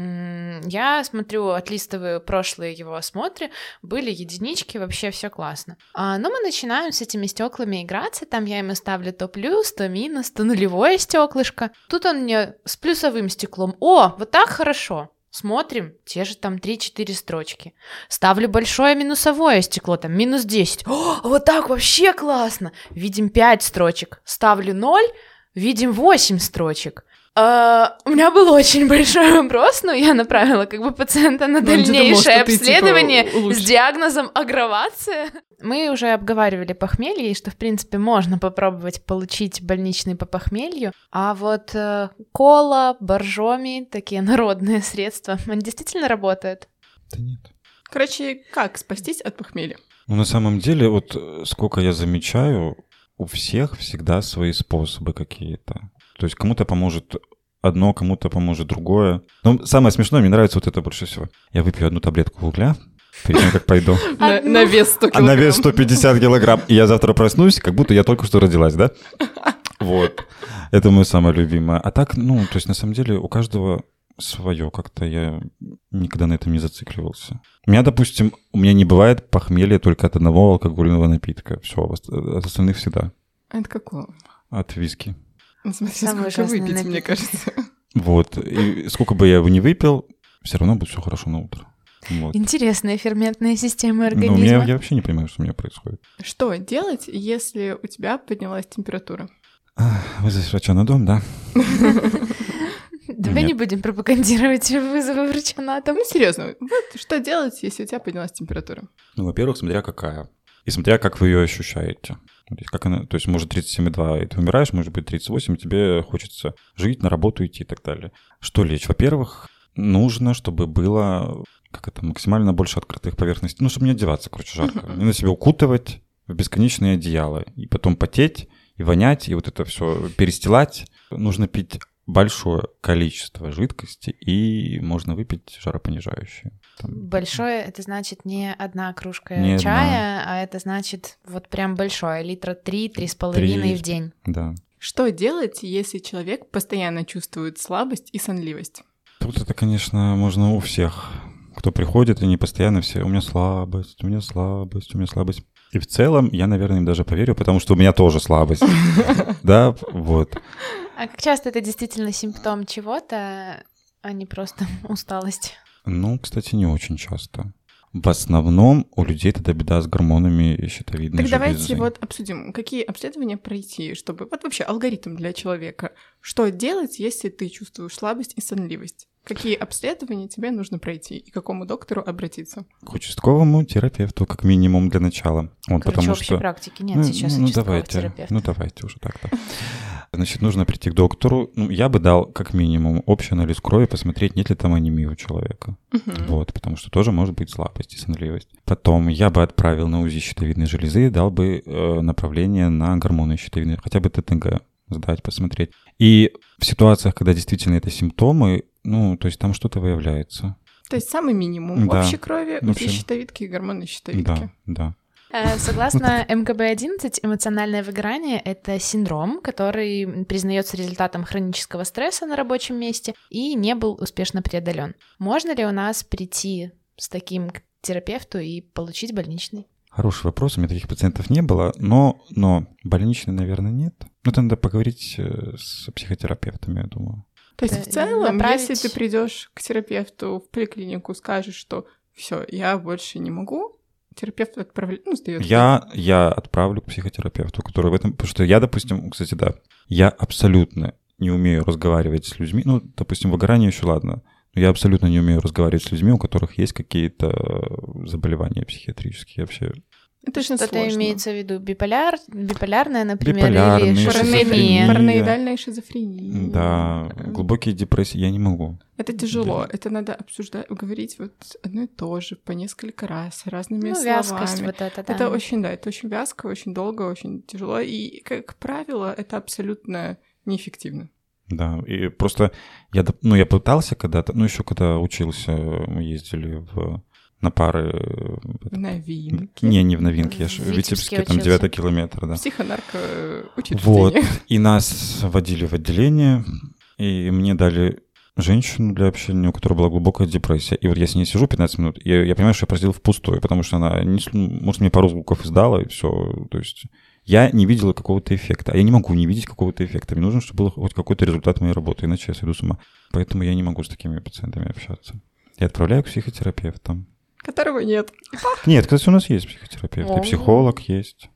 Я смотрю, отлистываю прошлые его осмотры, были единички, вообще все классно. Но мы начинаем с этими стеклами играться, там я ему ставлю то плюс, то минус, то нулевое стеклышко. Тут он мне с плюсовым стеклом. О, вот так хорошо. Смотрим, те же там 3-4 строчки. Ставлю большое минусовое стекло, там минус 10. О, вот так вообще классно. Видим 5 строчек. Ставлю 0, видим 8 строчек. У меня был очень большой вопрос, но я направила как бы пациента на дальнейшее обследование с диагнозом аггравация. Мы уже обговаривали похмелье, и что, в принципе, можно попробовать получить больничный по похмелью, а вот кола, боржоми, такие народные средства, они действительно работают? Да нет. Короче, как спастись от похмелья? Ну, на самом деле, вот сколько я замечаю, у всех всегда свои способы какие-то. То есть кому-то поможет одно, кому-то поможет другое. Но самое смешное, мне нравится вот это больше всего. Я выпью 1 таблетку угля перед тем, как пойду. На вес 100 килограмм. На вес 150 килограмм. И я завтра проснусь, как будто я только что родилась, да? Вот. Это мое самое любимое. А так, ну, то есть на самом деле у каждого свое. Как-то я никогда на этом не зацикливался. У меня, допустим, не бывает похмелья только от одного алкогольного напитка. Все, от остальных всегда. От какого? От виски. Ну, смотри, сколько выпить, напиток, мне кажется. Вот. И сколько бы я его не выпил, все равно будет все хорошо на утро. Вот. Интересная ферментная система организма. Ну, я вообще не понимаю, что у меня происходит. Что делать, если у тебя поднялась температура? Вызвать врача на дом, да? Давай не будем пропагандировать вызовы врача на дом. Ну, серьезно, вот что делать, если у тебя поднялась температура? Ну, во-первых, смотря какая. И смотря как вы ее ощущаете. Как она, то есть, может, 37,2, и ты умираешь, может быть, 38, и тебе хочется жить, на работу идти и так далее. Что лечь? Во-первых, нужно, чтобы было максимально больше открытых поверхностей. Ну, чтобы не одеваться, жарко. Не на себя укутывать в бесконечные одеяла. И потом потеть, и вонять, и вот это все перестилать. Нужно пить большое количество жидкости, и можно выпить жаропонижающее. Большое — это значит не одна кружка чая, а это значит вот прям большое, 3-3,5 в день. Да. Что делать, если человек постоянно чувствует слабость и сонливость? Тут это, конечно, можно у всех, кто приходит, и не постоянно все «у меня слабость, у меня слабость, у меня слабость». И в целом я, наверное, им даже поверю, потому что у меня тоже слабость. Да, вот. А как часто это действительно симптом чего-то, а не просто усталость? Ну, кстати, не очень часто. В основном у людей тогда беда с гормонами щитовидной железы. Так давайте вот обсудим, какие обследования пройти, чтобы... Вот вообще алгоритм для человека. Что делать, если ты чувствуешь слабость и сонливость? Какие обследования тебе нужно пройти и к какому доктору обратиться? К участковому терапевту, как минимум, для начала. Короче, общей практики нет сейчас участковых терапевтов. Давайте уже так-то. Значит, нужно прийти к доктору. Я бы дал как минимум общий анализ крови, посмотреть, нет ли там анемии у человека. Вот, потому что тоже может быть слабость и сонливость. Потом я бы отправил на УЗИ щитовидной железы, дал бы направление на гормоны щитовидной, хотя бы ТТГ сдать, посмотреть. И в ситуациях, когда действительно это симптомы, то есть там что-то выявляется. То есть самый минимум общей крови, УЗИ щитовидки и гормоны щитовидки. Да. Согласно МКБ-11, эмоциональное выгорание — это синдром, который признается результатом хронического стресса на рабочем месте и не был успешно преодолен. Можно ли у нас прийти с таким к терапевту и получить больничный? Хороший вопрос, у меня таких пациентов не было, но больничный, наверное, нет. Это надо поговорить с психотерапевтами, я думаю. То есть в целом, если ты придешь к терапевту в поликлинику, скажешь, что все, я больше не могу, терапевт отправляет, сдаёт. Я отправлю к психотерапевту, который в этом... Потому что я, допустим, кстати, да, я абсолютно не умею разговаривать с людьми. Допустим, выгорание еще ладно, но я абсолютно не умею разговаривать с людьми, у которых есть какие-то заболевания психиатрические вообще. Это очень что-то сложно. Имеется в виду биполярная, например, или шизофрения. Параноидальная шизофрения. Да, глубокие депрессии я не могу. Это тяжело, это надо обсуждать, говорить вот одно и то же по несколько раз, разными словами. Вязкость вот это, да. Это очень вязко, очень долго, очень тяжело, и, как правило, это абсолютно неэффективно. Да, и просто я пытался когда-то, еще когда учился, мы ездили на пары... В Новинке? Не в Новинке, я же в Витебске, там 9 километр, да. Психонарко-учреждение. Вот, и нас водили в отделение, и мне дали женщину для общения, у которой была глубокая депрессия. И вот я с ней сижу 15 минут, и я понимаю, что я просидел впустую, потому что она, может, мне пару звуков издала, и все. То есть я не видела какого-то эффекта. А я не могу не видеть какого-то эффекта. Мне нужно, чтобы был хоть какой-то результат моей работы, иначе я сойду с ума. Поэтому я не могу с такими пациентами общаться. Я отправляю к психотерапевтам. Которого нет. Нет, кстати, у нас есть психотерапевт, и психолог есть.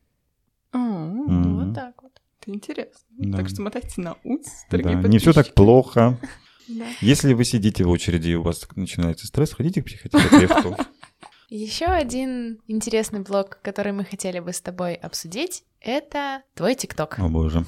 Вот так вот. Это интересно. Да. Так что мотайте на УЦ, дорогие подписчики. Не все так плохо. Да. Если вы сидите в очереди и у вас начинается стресс, ходите к психотерапевту. Еще один интересный блок, который мы хотели бы с тобой обсудить, это твой ТикТок. О боже.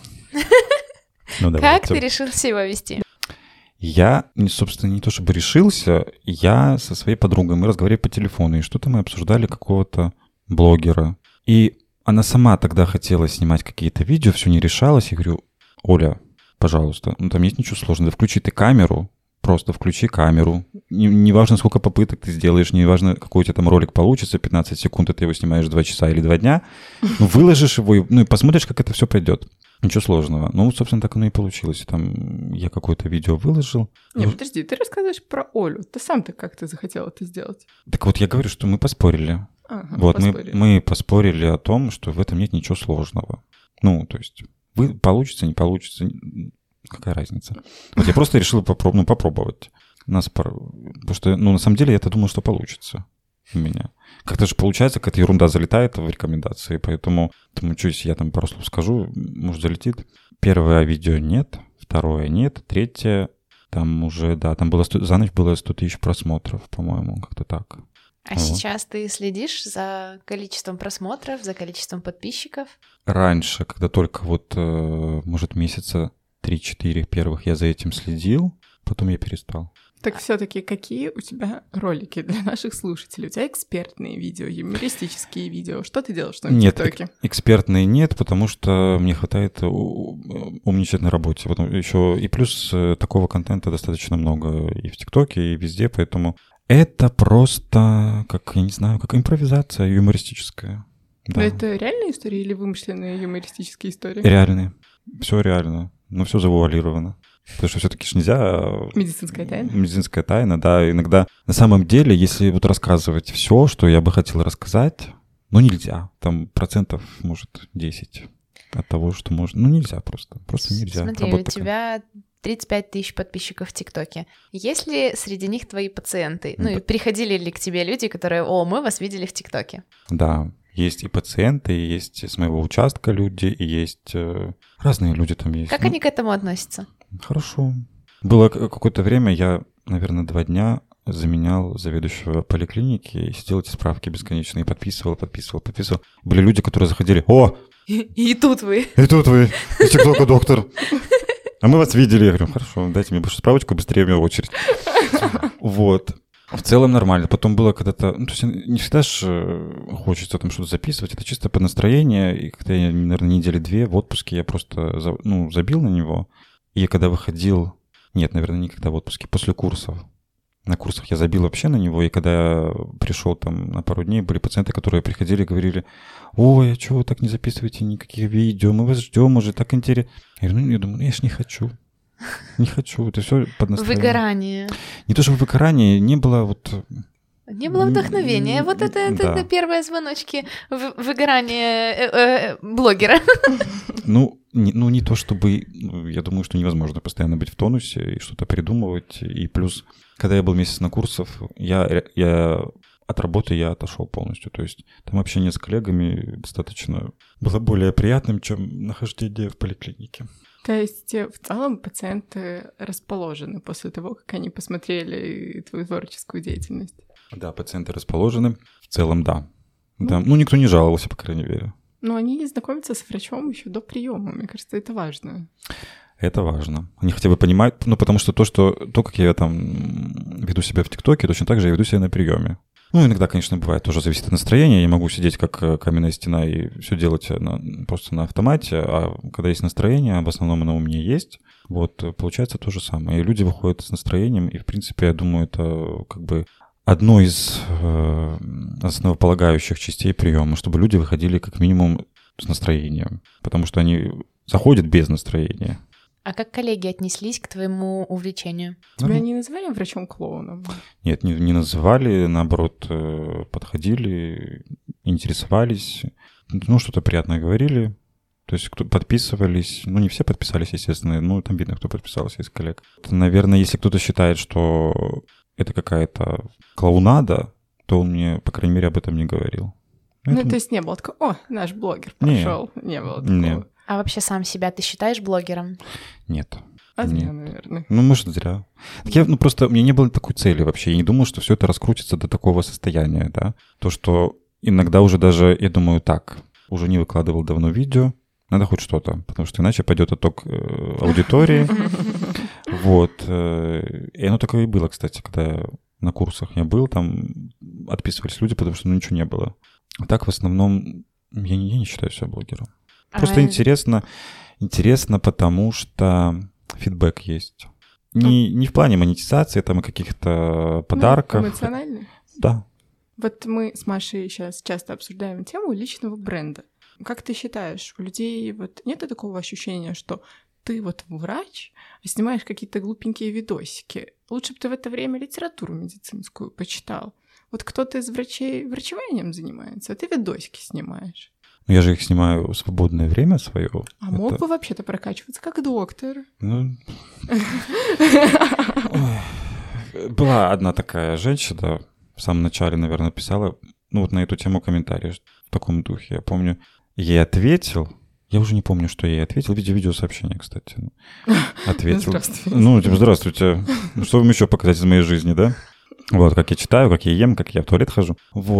Как ты решился его вести? Я, собственно, не то чтобы решился, я со своей подругой, мы разговаривали по телефону, и что-то мы обсуждали какого-то блогера. И она сама тогда хотела снимать какие-то видео, все не решалась. Я говорю: Оля, пожалуйста, там нет ничего сложного, включи ты камеру, просто включи камеру. Неважно, сколько попыток ты сделаешь, неважно, какой у тебя там ролик получится, 15 секунд, ты его снимаешь 2 часа или 2 дня, выложишь его, и посмотришь, как это все пройдет. Ничего сложного. Собственно, так оно и получилось. Там я какое-то видео выложил. Не, подожди, ты рассказываешь про Олю. Ты сам-то как ты захотел это сделать? Так вот, я говорю, что мы поспорили. Поспорили. Мы поспорили о том, что в этом нет ничего сложного. То есть, получится, не получится, какая разница. Вот я просто решил попробовать. Потому что, на самом деле, я-то думал, что получится у меня. Как-то же получается, какая-то ерунда залетает в рекомендации, поэтому думаю, что если я там пару слов скажу, может, залетит. Первое видео нет, второе нет, третье там уже, да, там было за ночь было 100 тысяч просмотров, по-моему, как-то так. А сейчас ты следишь за количеством просмотров, за количеством подписчиков? Раньше, когда только может, месяца 3-4 первых я за этим следил, потом я перестал. Так все-таки какие у тебя ролики для наших слушателей? У тебя экспертные видео, юмористические видео. Что ты делаешь на ТикТоке? Нет, экспертные нет, потому что мне хватает умничать на работе. Потом еще и плюс такого контента достаточно много и в ТикТоке, и везде, поэтому это просто, как, я не знаю, как импровизация юмористическая. Да. Но это реальные истории или вымышленные юмористические истории? Реальные. Все реально. Но все завуалировано. Потому что все-таки ж нельзя... Медицинская тайна? Медицинская тайна, да. Иногда на самом деле, если вот рассказывать все, что я бы хотел рассказать, нельзя. Там процентов, может, 10 от того, что можно. Нельзя просто. Просто нельзя. Смотри, Работа у тебя 35 тысяч подписчиков в ТикТоке. Есть ли среди них твои пациенты? И приходили ли к тебе люди, которые, мы вас видели в ТикТоке? Да. Есть и пациенты, и есть с моего участка люди, и есть разные люди там есть. Как они к этому относятся? Хорошо. Было какое-то время, я, наверное, 2 дня заменял заведующего поликлиники и сидел эти справки бесконечно и подписывал. Были люди, которые заходили: И тут вы. Из ТикТока, доктор. А мы вас видели. Я говорю: хорошо, дайте мне больше справочку, быстрее мне очередь. Вот. В целом нормально. Потом было когда-то... то есть не всегда же хочется там что-то записывать. Это чисто по настроению. И когда я, наверное, 2 недели в отпуске, я просто забил на него. И я когда выходил... Нет, наверное, никогда в отпуске. После курсов. На курсах я забил вообще на него. И когда я пришел там на пару дней, были пациенты, которые приходили и говорили: ой, а чего вы так не записываете никаких видео? Мы вас ждем уже, так интересно. Я говорю, я думаю, я ж не хочу. Не хочу, это все под настроение. Выгорание. Не то, что выгорание, не было Не было вдохновения. Вот это первые звоночки выгорания блогера. Не то чтобы... Я думаю, что невозможно постоянно быть в тонусе и что-то придумывать. И плюс, когда я был месяц на курсах, я от работы я отошел полностью. То есть там общение с коллегами достаточно было более приятным, чем нахождение в поликлинике. То есть в целом пациенты расположены после того, как они посмотрели твою творческую деятельность? Да, пациенты расположены. В целом, да. Никто не жаловался, по крайней мере. Но они знакомятся с врачом еще до приема. Мне кажется, это важно. Это важно. Они хотя бы понимают, потому что то, как я там веду себя в ТикТоке, точно так же я веду себя на приеме. Иногда, конечно, бывает, тоже зависит от настроения. Я могу сидеть как каменная стена и все делать просто на автомате, а когда есть настроение, в основном оно у меня есть, получается то же самое. И люди выходят с настроением, и, в принципе, я думаю, это как бы одно из основополагающих частей приема, чтобы люди выходили как минимум с настроением, потому что они заходят без настроения. А как коллеги отнеслись к твоему увлечению? Тебя не называли врачом-клоуном? Нет, не называли, наоборот, подходили, интересовались, что-то приятное говорили. То есть подписывались, не все подписались, естественно, там видно, кто подписался из коллег. Наверное, если кто-то считает, что это какая-то клоунада, то он мне, по крайней мере, об этом не говорил. То есть не было такого: наш блогер пошел. Не было такого. Нет. А вообще сам себя ты считаешь блогером? Нет. Зря, наверное. Может, зря. Так у меня не было такой цели вообще. Я не думал, что все это раскрутится до такого состояния, да. То, что иногда уже даже, я думаю, уже не выкладывал давно видео, надо хоть что-то, потому что иначе пойдет отток аудитории. И оно такое и было, кстати, когда на курсах я был, там отписывались люди, потому что ничего не было. А так, в основном, я не считаю себя блогером. Просто интересно, потому что фидбэк есть. Не в плане монетизации, там, и каких-то подарков. Эмоциональный? Да. Вот мы с Машей сейчас часто обсуждаем тему личного бренда. Как ты считаешь, у людей нет такого ощущения, что ты врач, а снимаешь какие-то глупенькие видосики? Лучше бы ты в это время литературу медицинскую почитал. Кто-то из врачей врачеванием занимается, а ты видосики снимаешь. Я же их снимаю в свободное время свое. А мог бы вообще-то прокачиваться как доктор? Была одна такая женщина, в самом начале, наверное, писала, на эту тему комментарий в таком духе. Я помню, ей ответил. Я уже не помню, что я ей ответил. Видеосообщение, кстати. Ответил. Здравствуйте. Здравствуйте. Что вам еще показать из моей жизни, да? Как я читаю, как я ем, как я в туалет хожу.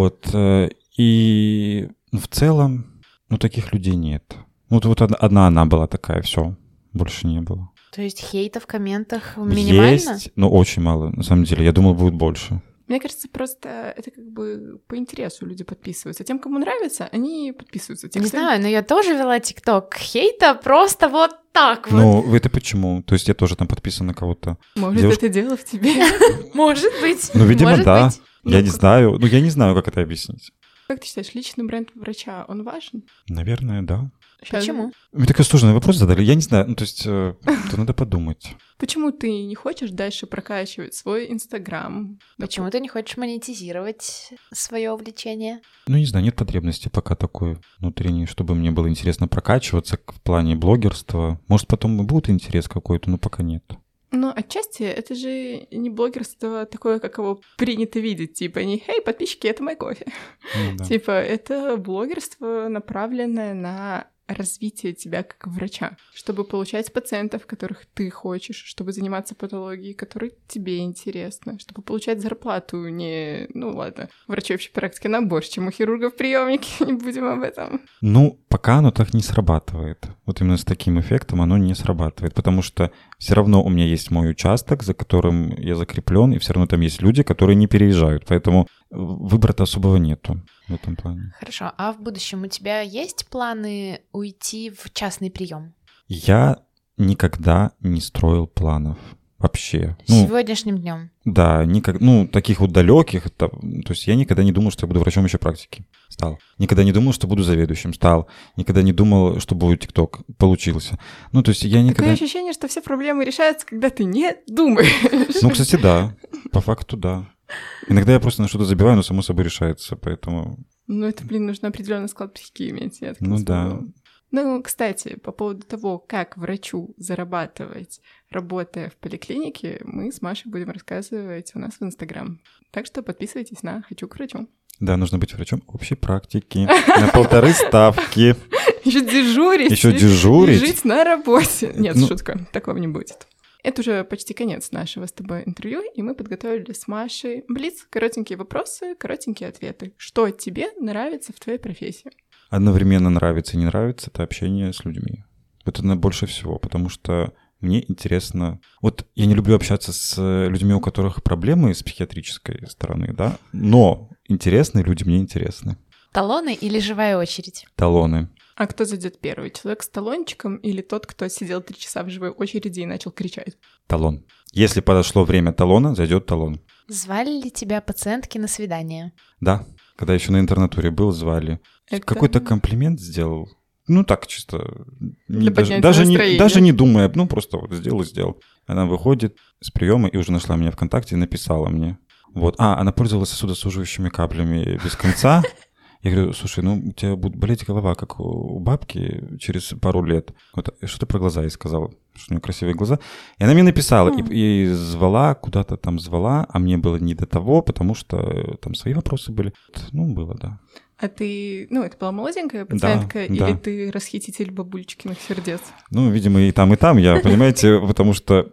И в целом, таких людей нет. Одна она была такая, все, больше не было. То есть хейта в комментах минимально? Есть, но очень мало, на самом деле. Я думал, будет больше. Мне кажется, просто это как бы по интересу люди подписываются. Тем, кому нравится, они подписываются. Не знаю, но я тоже вела ТикТок. Хейта просто вот так вот. Ну, это почему? То есть я тоже там подписан на кого-то. Может, это дело в тебе? Может быть. Ну, видимо, да. Я не знаю. Ну, я не знаю, как это объяснить. Как ты считаешь, личный бренд врача, он важен? Наверное, да. Почему? Мне такой сложный вопрос задали. Я не знаю, ну, то есть, то надо подумать. Почему ты не хочешь дальше прокачивать свой Инстаграм? Почему ты не хочешь монетизировать свое увлечение? Ну, не знаю, нет потребности пока такой внутренней, чтобы мне было интересно прокачиваться в плане блогерства. Может, потом и будет интерес какой-то, но пока нет. Ну, отчасти это же не блогерство такое, как его принято видеть. Типа не «Хей, подписчики, это мой кофе». Ну, да. Типа это блогерство, направленное на развитие тебя как врача, чтобы получать пациентов, которых ты хочешь, чтобы заниматься патологией, которые тебе интересны, чтобы получать зарплату не, ну ладно, врачи общей практики на борщ, чем у хирургов приемники, не будем об этом. Ну, пока оно так не срабатывает. Вот именно с таким эффектом оно не срабатывает, потому что все равно у меня есть мой участок, за которым я закреплен, и все равно там есть люди, которые не переезжают, поэтому выбора-то особого нету в этом плане. Хорошо, а в будущем у тебя есть планы уйти в частный прием? Я никогда не строил планов вообще. Сегодняшним днем? Да, таких вот далеких. То есть я никогда не думал, что я буду врачом общей практики. Стал. Никогда не думал, что буду заведующим. Стал. Никогда не думал, что будет ТикТок. Получился. Ну, то есть я никогда... Такое ощущение, что все проблемы решаются, когда ты не думаешь. Ну, кстати, да. По факту, да. Иногда я просто на что-то забиваю, но само собой решается, поэтому... Ну, это, нужно определенный склад психики иметь. Ну, да. Ну, кстати, по поводу того, как врачу зарабатывать, работая в поликлинике, мы с Машей будем рассказывать у нас в Инстаграм. Так что подписывайтесь на «Хочу к врачу». Да, нужно быть врачом общей практики. На 1,5 ставки. Еще дежурить. Жить на работе. Нет, шутка, такого не будет. Это уже почти конец нашего с тобой интервью, и мы подготовили с Машей блиц, коротенькие вопросы, коротенькие ответы. Что тебе нравится в твоей профессии? Одновременно нравится и не нравится — это общение с людьми. Это больше всего, потому что мне интересно... Вот я не люблю общаться с людьми, у которых проблемы с психиатрической стороны, да, но интересные люди мне интересны. Талоны или живая очередь? Талоны. А кто зайдет первый? Человек с талончиком или тот, кто сидел 3 часа в живой очереди и начал кричать? Талон. Если подошло время талона, зайдет талон. Звали ли тебя пациентки на свидание? Да. Когда еще на интернатуре был, звали. Какой-то комплимент сделал. Ну, так чисто. Даже не думая, просто вот сделал. Она выходит с приема и уже нашла меня ВКонтакте и написала мне. Вот. Она пользовалась сосудосуживающими каплями без конца. Я говорю: слушай, у тебя будет болеть голова, как у бабки через пару лет. Вот, что ты про глаза ей сказала? Что у нее красивые глаза. И она мне написала, и звала, куда-то там звала, а мне было не до того, потому что там свои вопросы были. Было, да. А ты, это была молоденькая пациентка, да, или да. Ты расхититель бабулечкиных сердец? Видимо, и там, я, понимаете, потому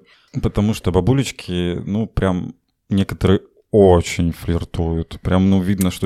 что бабулечки, прям некоторые очень флиртуют. Прям, видно, что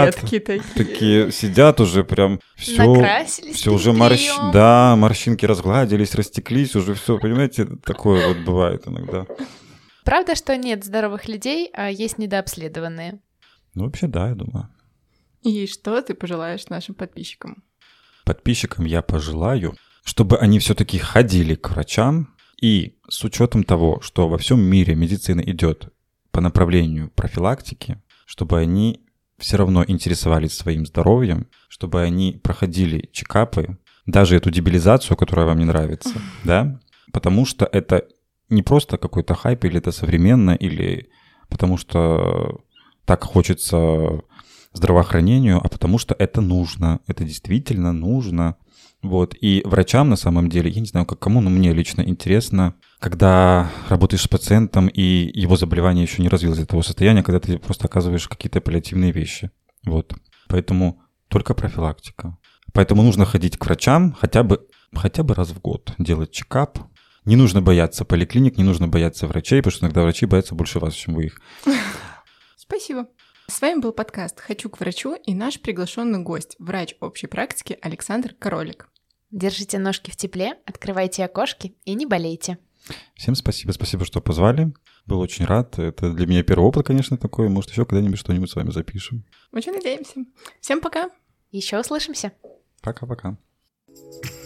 такие сидят уже прям все уже морщинки разгладились, растеклись, уже все, понимаете, такое вот бывает иногда. Правда, что нет здоровых людей, а есть недообследованные? Вообще, да, я думаю. И что ты пожелаешь нашим подписчикам? Подписчикам я пожелаю, чтобы они все-таки ходили к врачам, и с учетом того, что во всем мире медицина идет по направлению профилактики, чтобы они все равно интересовались своим здоровьем, чтобы они проходили чекапы, даже эту дебилизацию, которая вам не нравится, да, потому что это не просто какой-то хайп, или это современно, или потому что так хочется здравоохранению, а потому что это нужно, это действительно нужно. Вот. И врачам на самом деле, я не знаю, как кому, но мне лично интересно, когда работаешь с пациентом, и его заболевание еще не развилось до того состояния, когда ты просто оказываешь какие-то паллиативные вещи. Вот. Поэтому только профилактика. Поэтому нужно ходить к врачам хотя бы раз в год, делать чекап. Не нужно бояться поликлиник, не нужно бояться врачей, потому что иногда врачи боятся больше вас, чем вы их. Спасибо. С вами был подкаст «Хочу к врачу» и наш приглашенный гость, врач общей практики Александр Королик. Держите ножки в тепле, открывайте окошки и не болейте. Всем спасибо, что позвали. Был очень рад. Это для меня первый опыт, конечно, такой. Может, еще когда-нибудь что-нибудь с вами запишем. Очень надеемся. Всем пока. Еще услышимся. Пока-пока.